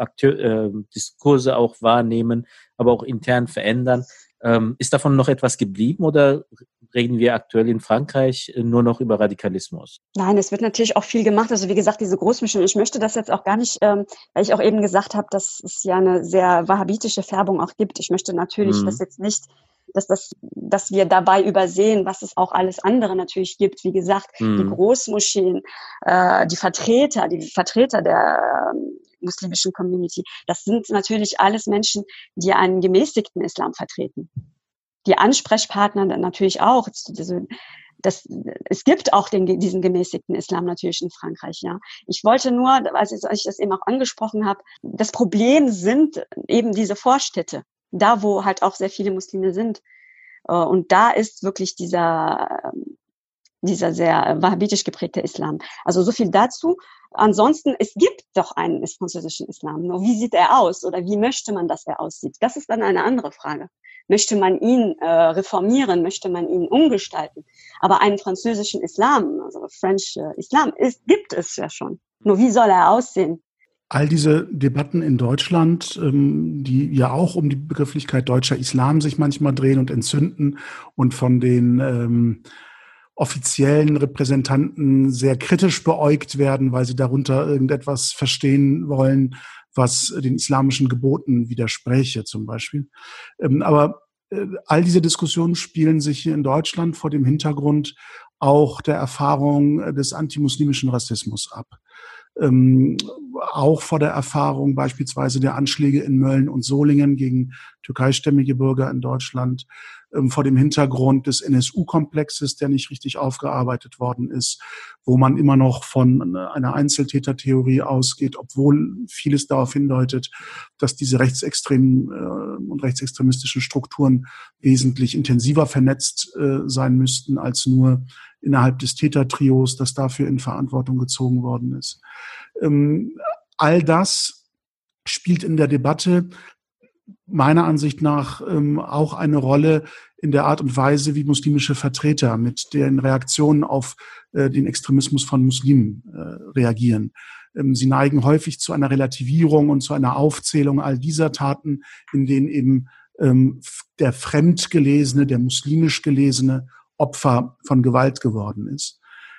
Diskurse auch wahrnehmen, aber auch intern verändern. Ist davon noch etwas geblieben oder reden wir aktuell in Frankreich nur noch über Radikalismus? Nein, es wird natürlich auch viel gemacht. Also wie gesagt, diese Großmischung, ich möchte das jetzt auch gar nicht, weil ich auch eben gesagt habe, dass es ja eine sehr wahhabitische Färbung auch gibt. Ich möchte natürlich das jetzt nicht, dass wir dabei übersehen, was es auch alles andere natürlich gibt. Wie gesagt, die Großmoscheen, die Vertreter der muslimischen Community, das sind natürlich alles Menschen, die einen gemäßigten Islam vertreten. Die Ansprechpartner dann natürlich auch. Es gibt auch diesen gemäßigten Islam natürlich in Frankreich, ja. Ich wollte nur, als ich das eben auch angesprochen habe, das Problem sind eben diese Vorstädte, da wo halt auch sehr viele Muslime sind. Und da ist wirklich dieser sehr wahhabitisch geprägte Islam. Also so viel dazu. Ansonsten, es gibt doch einen französischen Islam. Nur wie sieht er aus oder wie möchte man, dass er aussieht? Das ist dann eine andere Frage. Möchte man ihn reformieren? Möchte man ihn umgestalten? Aber einen französischen Islam, also French Islam, gibt es ja schon. Nur wie soll er aussehen? All diese Debatten in Deutschland, die ja auch um die Begrifflichkeit deutscher Islam sich manchmal drehen und entzünden und von den offiziellen Repräsentanten sehr kritisch beäugt werden, weil sie darunter irgendetwas verstehen wollen, was den islamischen Geboten widerspräche zum Beispiel. Aber all diese Diskussionen spielen sich hier in Deutschland vor dem Hintergrund auch der Erfahrung des antimuslimischen Rassismus ab. Auch vor der Erfahrung beispielsweise der Anschläge in Mölln und Solingen gegen türkeistämmige Bürger in Deutschland, vor dem Hintergrund des NSU-Komplexes, der nicht richtig aufgearbeitet worden ist, wo man immer noch von einer Einzeltätertheorie ausgeht, obwohl vieles darauf hindeutet, dass diese rechtsextremen und rechtsextremistischen Strukturen wesentlich intensiver vernetzt sein müssten als nur innerhalb des Tätertrios, das dafür in Verantwortung gezogen worden ist. All das spielt in der Debatte meiner Ansicht nach auch eine Rolle in der Art und Weise, wie muslimische Vertreter mit den Reaktionen auf den Extremismus von Muslimen reagieren. Sie neigen häufig zu einer Relativierung und zu einer Aufzählung all dieser Taten, in denen eben der fremd gelesene, der muslimisch gelesene Opfer von Gewalt geworden ist.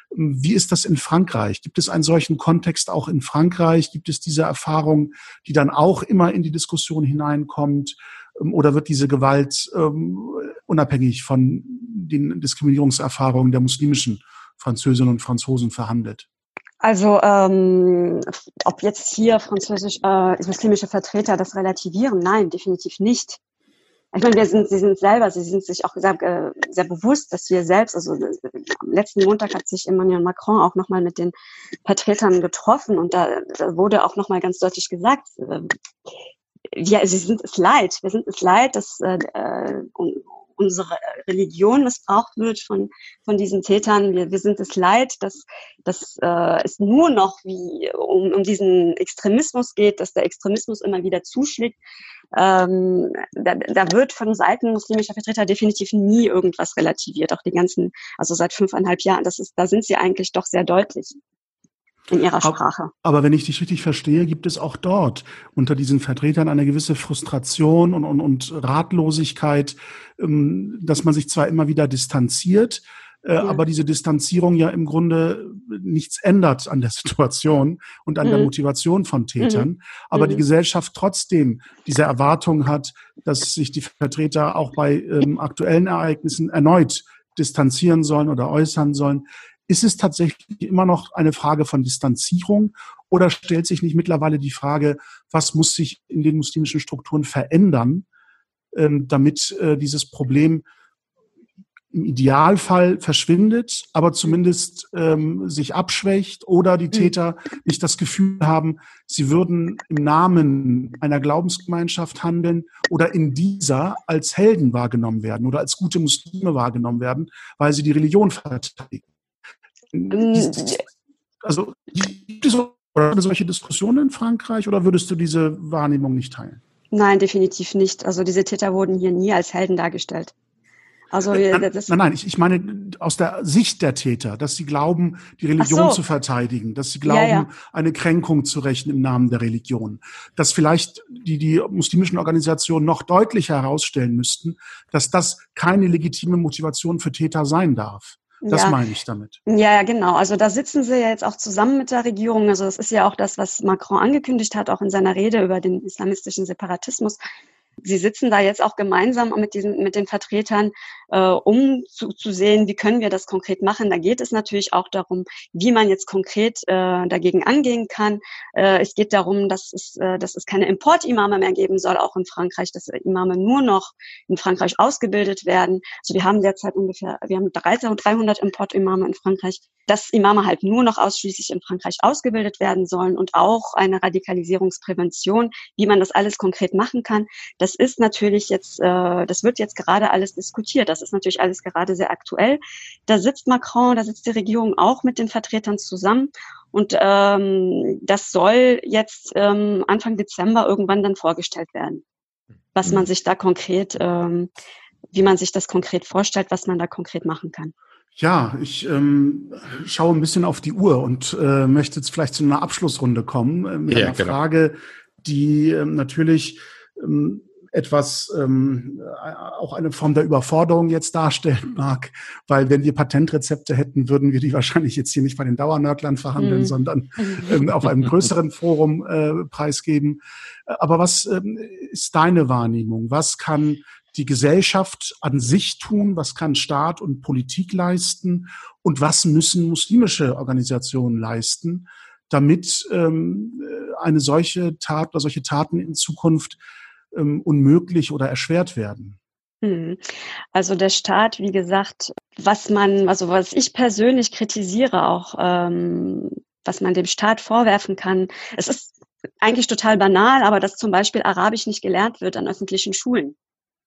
Wie ist das in Frankreich? Gibt es einen solchen Kontext auch in Frankreich? Gibt es diese Erfahrung, die dann auch immer in die Diskussion hineinkommt? Oder wird diese Gewalt unabhängig von den Diskriminierungserfahrungen der muslimischen Französinnen und Franzosen verhandelt? Also ob jetzt hier muslimische Vertreter das relativieren? Nein, definitiv nicht. Ich meine, sie sind sich auch sehr, sehr bewusst, dass wir selbst, also am letzten Montag hat sich Emmanuel Macron auch nochmal mit den Vertretern getroffen und da wurde auch nochmal ganz deutlich gesagt, wir sind es leid, dass unsere Religion missbraucht wird von diesen Tätern. Wir sind es leid, dass es nur noch um diesen Extremismus geht, dass der Extremismus immer wieder zuschlägt. Da wird von Seiten muslimischer Vertreter definitiv nie irgendwas relativiert. Auch die ganzen, also seit 5,5 Jahren, da sind sie eigentlich doch sehr deutlich in ihrer Sprache. Aber wenn ich dich richtig verstehe, gibt es auch dort unter diesen Vertretern eine gewisse Frustration und Ratlosigkeit, dass man sich zwar immer wieder distanziert, aber diese Distanzierung ja im Grunde nichts ändert an der Situation und an der Motivation von Tätern. Aber die Gesellschaft trotzdem diese Erwartung hat, dass sich die Vertreter auch bei aktuellen Ereignissen erneut distanzieren sollen oder äußern sollen. Ist es tatsächlich immer noch eine Frage von Distanzierung oder stellt sich nicht mittlerweile die Frage, was muss sich in den muslimischen Strukturen verändern, damit dieses Problem im Idealfall verschwindet, aber zumindest sich abschwächt oder die Täter nicht das Gefühl haben, sie würden im Namen einer Glaubensgemeinschaft handeln oder in dieser als Helden wahrgenommen werden oder als gute Muslime wahrgenommen werden, weil sie die Religion verteidigen. Also gibt es solche Diskussionen in Frankreich oder würdest du diese Wahrnehmung nicht teilen? Nein, definitiv nicht. Also diese Täter wurden hier nie als Helden dargestellt. Also nein, ich meine aus der Sicht der Täter, dass sie glauben, die Religion zu verteidigen, dass sie glauben, eine Kränkung zu rächen im Namen der Religion, dass vielleicht die muslimischen Organisationen noch deutlicher herausstellen müssten, dass das keine legitime Motivation für Täter sein darf. Das meine ich damit. Ja, genau. Also da sitzen sie ja jetzt auch zusammen mit der Regierung. Also das ist ja auch das, was Macron angekündigt hat, auch in seiner Rede über den islamistischen Separatismus. Sie sitzen da jetzt auch gemeinsam mit den Vertretern, um zu sehen, wie können wir das konkret machen. Da geht es natürlich auch darum, wie man jetzt konkret dagegen angehen kann. Es geht darum, dass es keine Importimame mehr geben soll, auch in Frankreich, dass Imame nur noch in Frankreich ausgebildet werden. Also wir haben derzeit wir haben 300 Importimame in Frankreich, dass Imame halt nur noch ausschließlich in Frankreich ausgebildet werden sollen und auch eine Radikalisierungsprävention, wie man das alles konkret machen kann. Das ist natürlich jetzt, das wird jetzt gerade alles diskutiert. Das ist natürlich alles gerade sehr aktuell. Da sitzt Macron, da sitzt die Regierung auch mit den Vertretern zusammen. Und das soll jetzt Anfang Dezember irgendwann dann vorgestellt werden, was man sich da konkret, wie man sich das konkret vorstellt, was man da konkret machen kann. Ja, ich schaue ein bisschen auf die Uhr und möchte jetzt vielleicht zu einer Abschlussrunde kommen mit einer Frage, die natürlich etwas auch eine Form der Überforderung jetzt darstellen mag, weil wenn wir Patentrezepte hätten, würden wir die wahrscheinlich jetzt hier nicht bei den Dauernörglern verhandeln, sondern auf einem größeren Forum preisgeben. Aber was ist deine Wahrnehmung? Was kann die Gesellschaft an sich tun? Was kann Staat und Politik leisten? Und was müssen muslimische Organisationen leisten, damit eine solche Tat oder solche Taten in Zukunft unmöglich oder erschwert werden? Also der Staat, wie gesagt, was ich persönlich kritisiere auch, was man dem Staat vorwerfen kann, es ist eigentlich total banal, aber dass zum Beispiel Arabisch nicht gelernt wird an öffentlichen Schulen.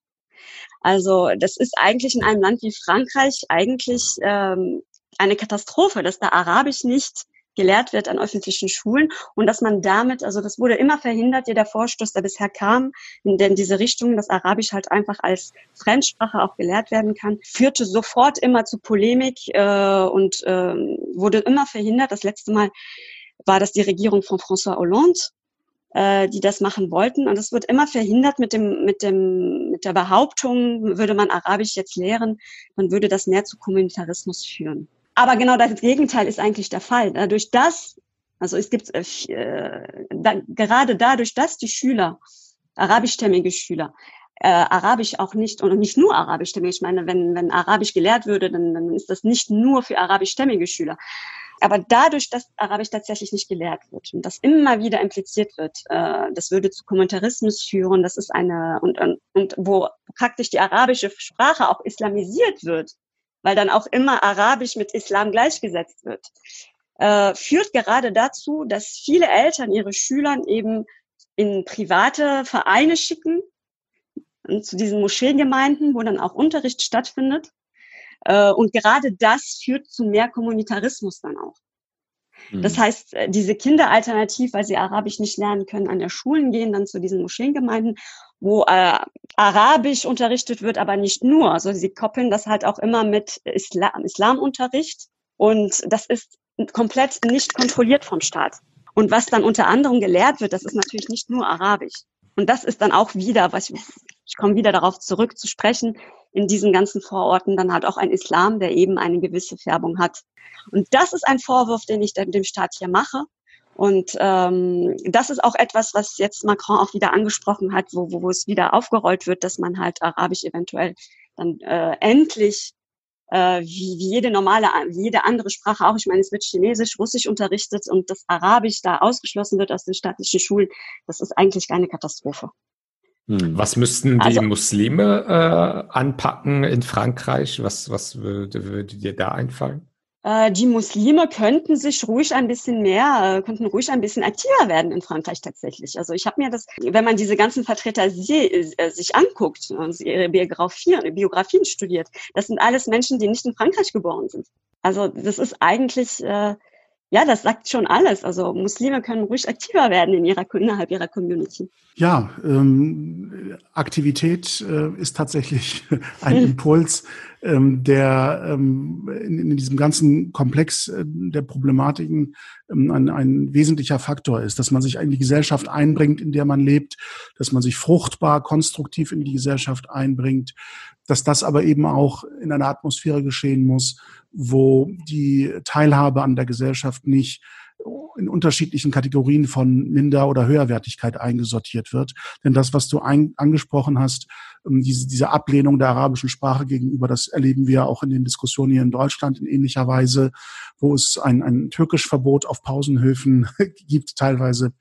Also das ist eigentlich in einem Land wie Frankreich eigentlich eine Katastrophe, dass da Arabisch nicht gelehrt wird an öffentlichen Schulen und dass man damit, also das wurde immer verhindert, jeder Vorstoß, der bisher kam, in diese Richtung, dass Arabisch halt einfach als Fremdsprache auch gelehrt werden kann, führte sofort immer zu Polemik und wurde immer verhindert. Das letzte Mal war das die Regierung von François Hollande, die das machen wollten. Und es wird immer verhindert mit der Behauptung, würde man Arabisch jetzt lehren, dann würde das mehr zu Kommunitarismus führen. Aber genau das Gegenteil ist eigentlich der Fall. Dadurch, dass, also es gibt gerade dadurch, dass die Schüler, arabischstämmige Schüler, Arabisch auch nicht, und nicht nur arabischstämmig, ich meine, wenn Arabisch gelehrt würde, dann ist das nicht nur für arabischstämmige Schüler. Aber dadurch, dass Arabisch tatsächlich nicht gelehrt wird und das immer wieder impliziert wird, das würde zu Kommentarismus führen, das ist und wo praktisch die arabische Sprache auch islamisiert wird, weil dann auch immer Arabisch mit Islam gleichgesetzt wird, führt gerade dazu, dass viele Eltern ihre Schülern eben in private Vereine schicken, zu diesen Moscheengemeinden, wo dann auch Unterricht stattfindet. Und gerade das führt zu mehr Kommunitarismus dann auch. Das heißt, diese Kinder alternativ, weil sie Arabisch nicht lernen können, an der Schulen gehen dann zu diesen Moscheengemeinden, wo Arabisch unterrichtet wird, aber nicht nur. Also sie koppeln das halt auch immer mit Islamunterricht. Und das ist komplett nicht kontrolliert vom Staat. Und was dann unter anderem gelehrt wird, das ist natürlich nicht nur Arabisch. Und das ist dann auch wieder, ich komme wieder darauf zurück zu sprechen, in diesen ganzen Vororten dann halt auch ein Islam, der eben eine gewisse Färbung hat. Und das ist ein Vorwurf, den ich dem Staat hier mache. Und das ist auch etwas, was jetzt Macron auch wieder angesprochen hat, wo es wieder aufgerollt wird, dass man halt Arabisch eventuell dann endlich wie jede andere Sprache auch. Ich meine, es wird Chinesisch, Russisch unterrichtet und das Arabisch da ausgeschlossen wird aus den staatlichen Schulen. Das ist eigentlich keine Katastrophe. Was müssten die Muslime anpacken in Frankreich? Was würde dir da einfallen? Die Muslime könnten ruhig ein bisschen aktiver werden in Frankreich tatsächlich. Also ich habe mir das, wenn man diese ganzen Vertreter sich anguckt und ihre Biografien studiert, das sind alles Menschen, die nicht in Frankreich geboren sind. Also das ist eigentlich, das sagt schon alles. Also Muslime können ruhig aktiver werden innerhalb ihrer Community. Ja, Aktivität ist tatsächlich ein Impuls, der in diesem ganzen Komplex der Problematiken ein wesentlicher Faktor ist, dass man sich in die Gesellschaft einbringt, in der man lebt, dass man sich fruchtbar, konstruktiv in die Gesellschaft einbringt, dass das aber eben auch in einer Atmosphäre geschehen muss, wo die Teilhabe an der Gesellschaft nicht in unterschiedlichen Kategorien von Minder- oder Höherwertigkeit eingesortiert wird. Denn das, was du angesprochen hast, diese Ablehnung der arabischen Sprache gegenüber, das erleben wir auch in den Diskussionen hier in Deutschland in ähnlicher Weise, wo es ein Türkischverbot auf Pausenhöfen gibt teilweise.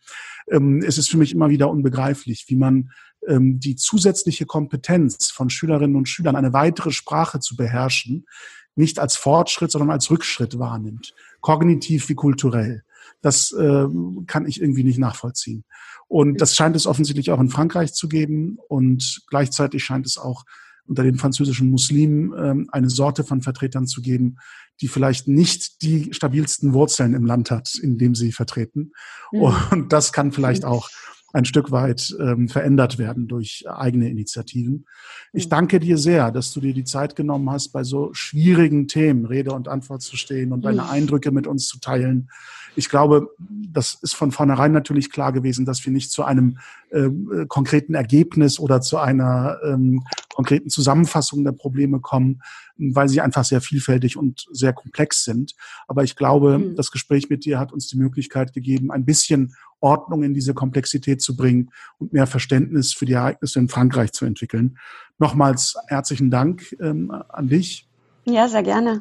Es ist für mich immer wieder unbegreiflich, wie man die zusätzliche Kompetenz von Schülerinnen und Schülern, eine weitere Sprache zu beherrschen, nicht als Fortschritt, sondern als Rückschritt wahrnimmt, kognitiv wie kulturell. Das kann ich irgendwie nicht nachvollziehen. Und das scheint es offensichtlich auch in Frankreich zu geben. Und gleichzeitig scheint es auch unter den französischen Muslimen eine Sorte von Vertretern zu geben, die vielleicht nicht die stabilsten Wurzeln im Land hat, in dem sie vertreten. Und das kann vielleicht auch ein Stück weit verändert werden durch eigene Initiativen. Ich danke dir sehr, dass du dir die Zeit genommen hast, bei so schwierigen Themen Rede und Antwort zu stehen und deine Eindrücke mit uns zu teilen. Ich glaube, das ist von vornherein natürlich klar gewesen, dass wir nicht zu einem konkreten Ergebnis oder zu einer konkreten Zusammenfassung der Probleme kommen, weil sie einfach sehr vielfältig und sehr komplex sind. Aber ich glaube, das Gespräch mit dir hat uns die Möglichkeit gegeben, ein bisschen Ordnung in diese Komplexität zu bringen und mehr Verständnis für die Ereignisse in Frankreich zu entwickeln. Nochmals herzlichen Dank an dich. Ja, sehr gerne.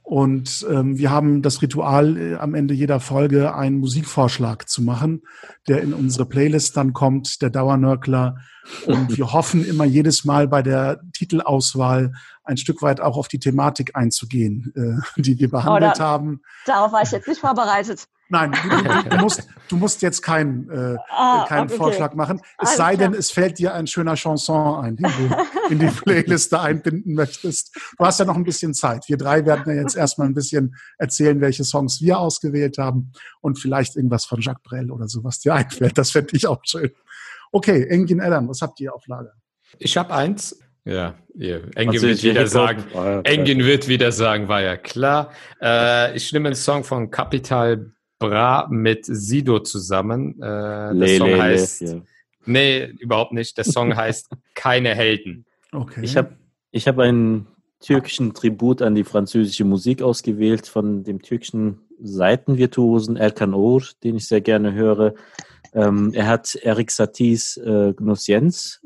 Und wir haben das Ritual, am Ende jeder Folge einen Musikvorschlag zu machen, der in unsere Playlist dann kommt, der Dauernörkler. Und wir hoffen immer jedes Mal bei der Titelauswahl ein Stück weit auch auf die Thematik einzugehen, die wir behandelt haben. Darauf war ich jetzt nicht vorbereitet. Nein, du musst jetzt keinen Vorschlag machen. Es sei denn, es fällt dir ein schöner Chanson ein, den du in die Playliste einbinden möchtest. Du hast ja noch ein bisschen Zeit. Wir drei werden ja jetzt erstmal ein bisschen erzählen, welche Songs wir ausgewählt haben und vielleicht irgendwas von Jacques Brel oder so, was dir einfällt. Das fände ich auch schön. Okay, Engin Eren, was habt ihr auf Lager? Ich habe eins. Ja, Engin wird wieder sagen, Engin wird wieder sagen, war ja klar. Ich nehme einen Song von Capital Bra mit Sido zusammen. Der Song heißt, nee, überhaupt nicht. Der Song heißt Keine Helden. Okay. Ich hab einen türkischen Tribut an die französische Musik ausgewählt von dem türkischen Saitenvirtuosen Erkan Oğur, den ich sehr gerne höre. Er hat Erik Satie's Gnossiens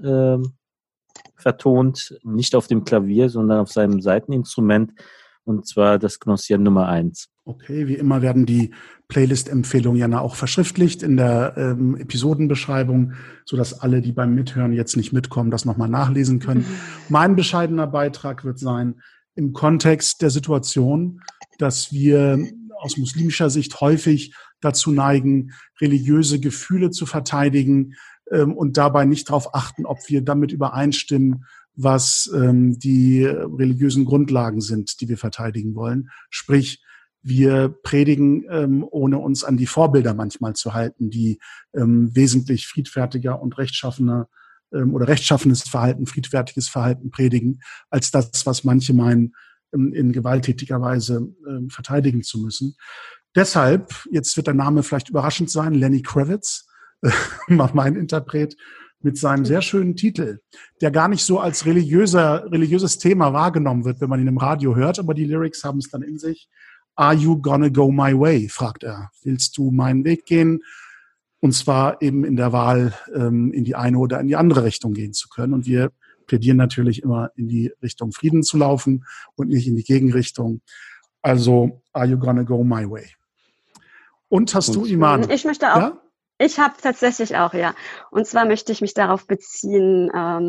vertont, nicht auf dem Klavier, sondern auf seinem Saiteninstrument, und zwar das Gnossien Nummer 1. Okay, wie immer werden die Playlist-Empfehlungen ja auch verschriftlicht in der Episodenbeschreibung, sodass alle, die beim Mithören jetzt nicht mitkommen, das nochmal nachlesen können. Mein bescheidener Beitrag wird sein, im Kontext der Situation, dass wir aus muslimischer Sicht häufig dazu neigen, religiöse Gefühle zu verteidigen und dabei nicht darauf achten, ob wir damit übereinstimmen, was die religiösen Grundlagen sind, die wir verteidigen wollen. Sprich, wir predigen, ohne uns an die Vorbilder manchmal zu halten, die wesentlich friedfertiger und rechtschaffener oder rechtschaffenes Verhalten, friedfertiges Verhalten predigen, als das, was manche meinen, in gewalttätiger Weise verteidigen zu müssen. Deshalb, jetzt wird der Name vielleicht überraschend sein, Lenny Kravitz, mein Interpret, mit seinem sehr schönen Titel, der gar nicht so als religiöses Thema wahrgenommen wird, wenn man ihn im Radio hört, aber die Lyrics haben es dann in sich. Are you gonna go my way? Fragt er. Willst du meinen Weg gehen? Und zwar eben in der Wahl, in die eine oder in die andere Richtung gehen zu können. Und wir plädieren natürlich immer in die Richtung Frieden zu laufen und nicht in die Gegenrichtung. Also, are you gonna go my way? Und hast du, Iman? Ich möchte auch. Ja? Ich habe tatsächlich auch, ja. Und zwar möchte ich mich darauf beziehen,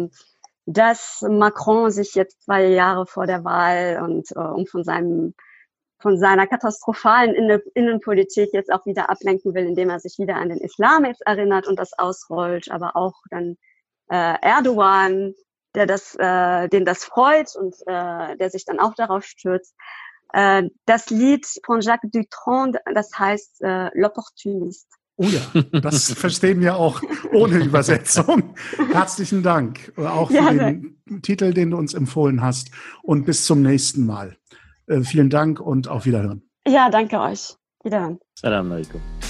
dass Macron sich jetzt 2 Jahre vor der Wahl und von seiner katastrophalen Innenpolitik jetzt auch wieder ablenken will, indem er sich wieder an den Islam jetzt erinnert und das ausrollt, aber auch dann Erdogan, den das freut und der sich dann auch darauf stürzt. Das Lied von Jacques Dutronc, das heißt L'Opportuniste. Oh ja, das verstehen wir auch ohne Übersetzung. Herzlichen Dank auch für den Titel, den du uns empfohlen hast, und bis zum nächsten Mal. Vielen Dank und auf Wiederhören. Ja, danke euch. Wiederhören. Salam alaikum.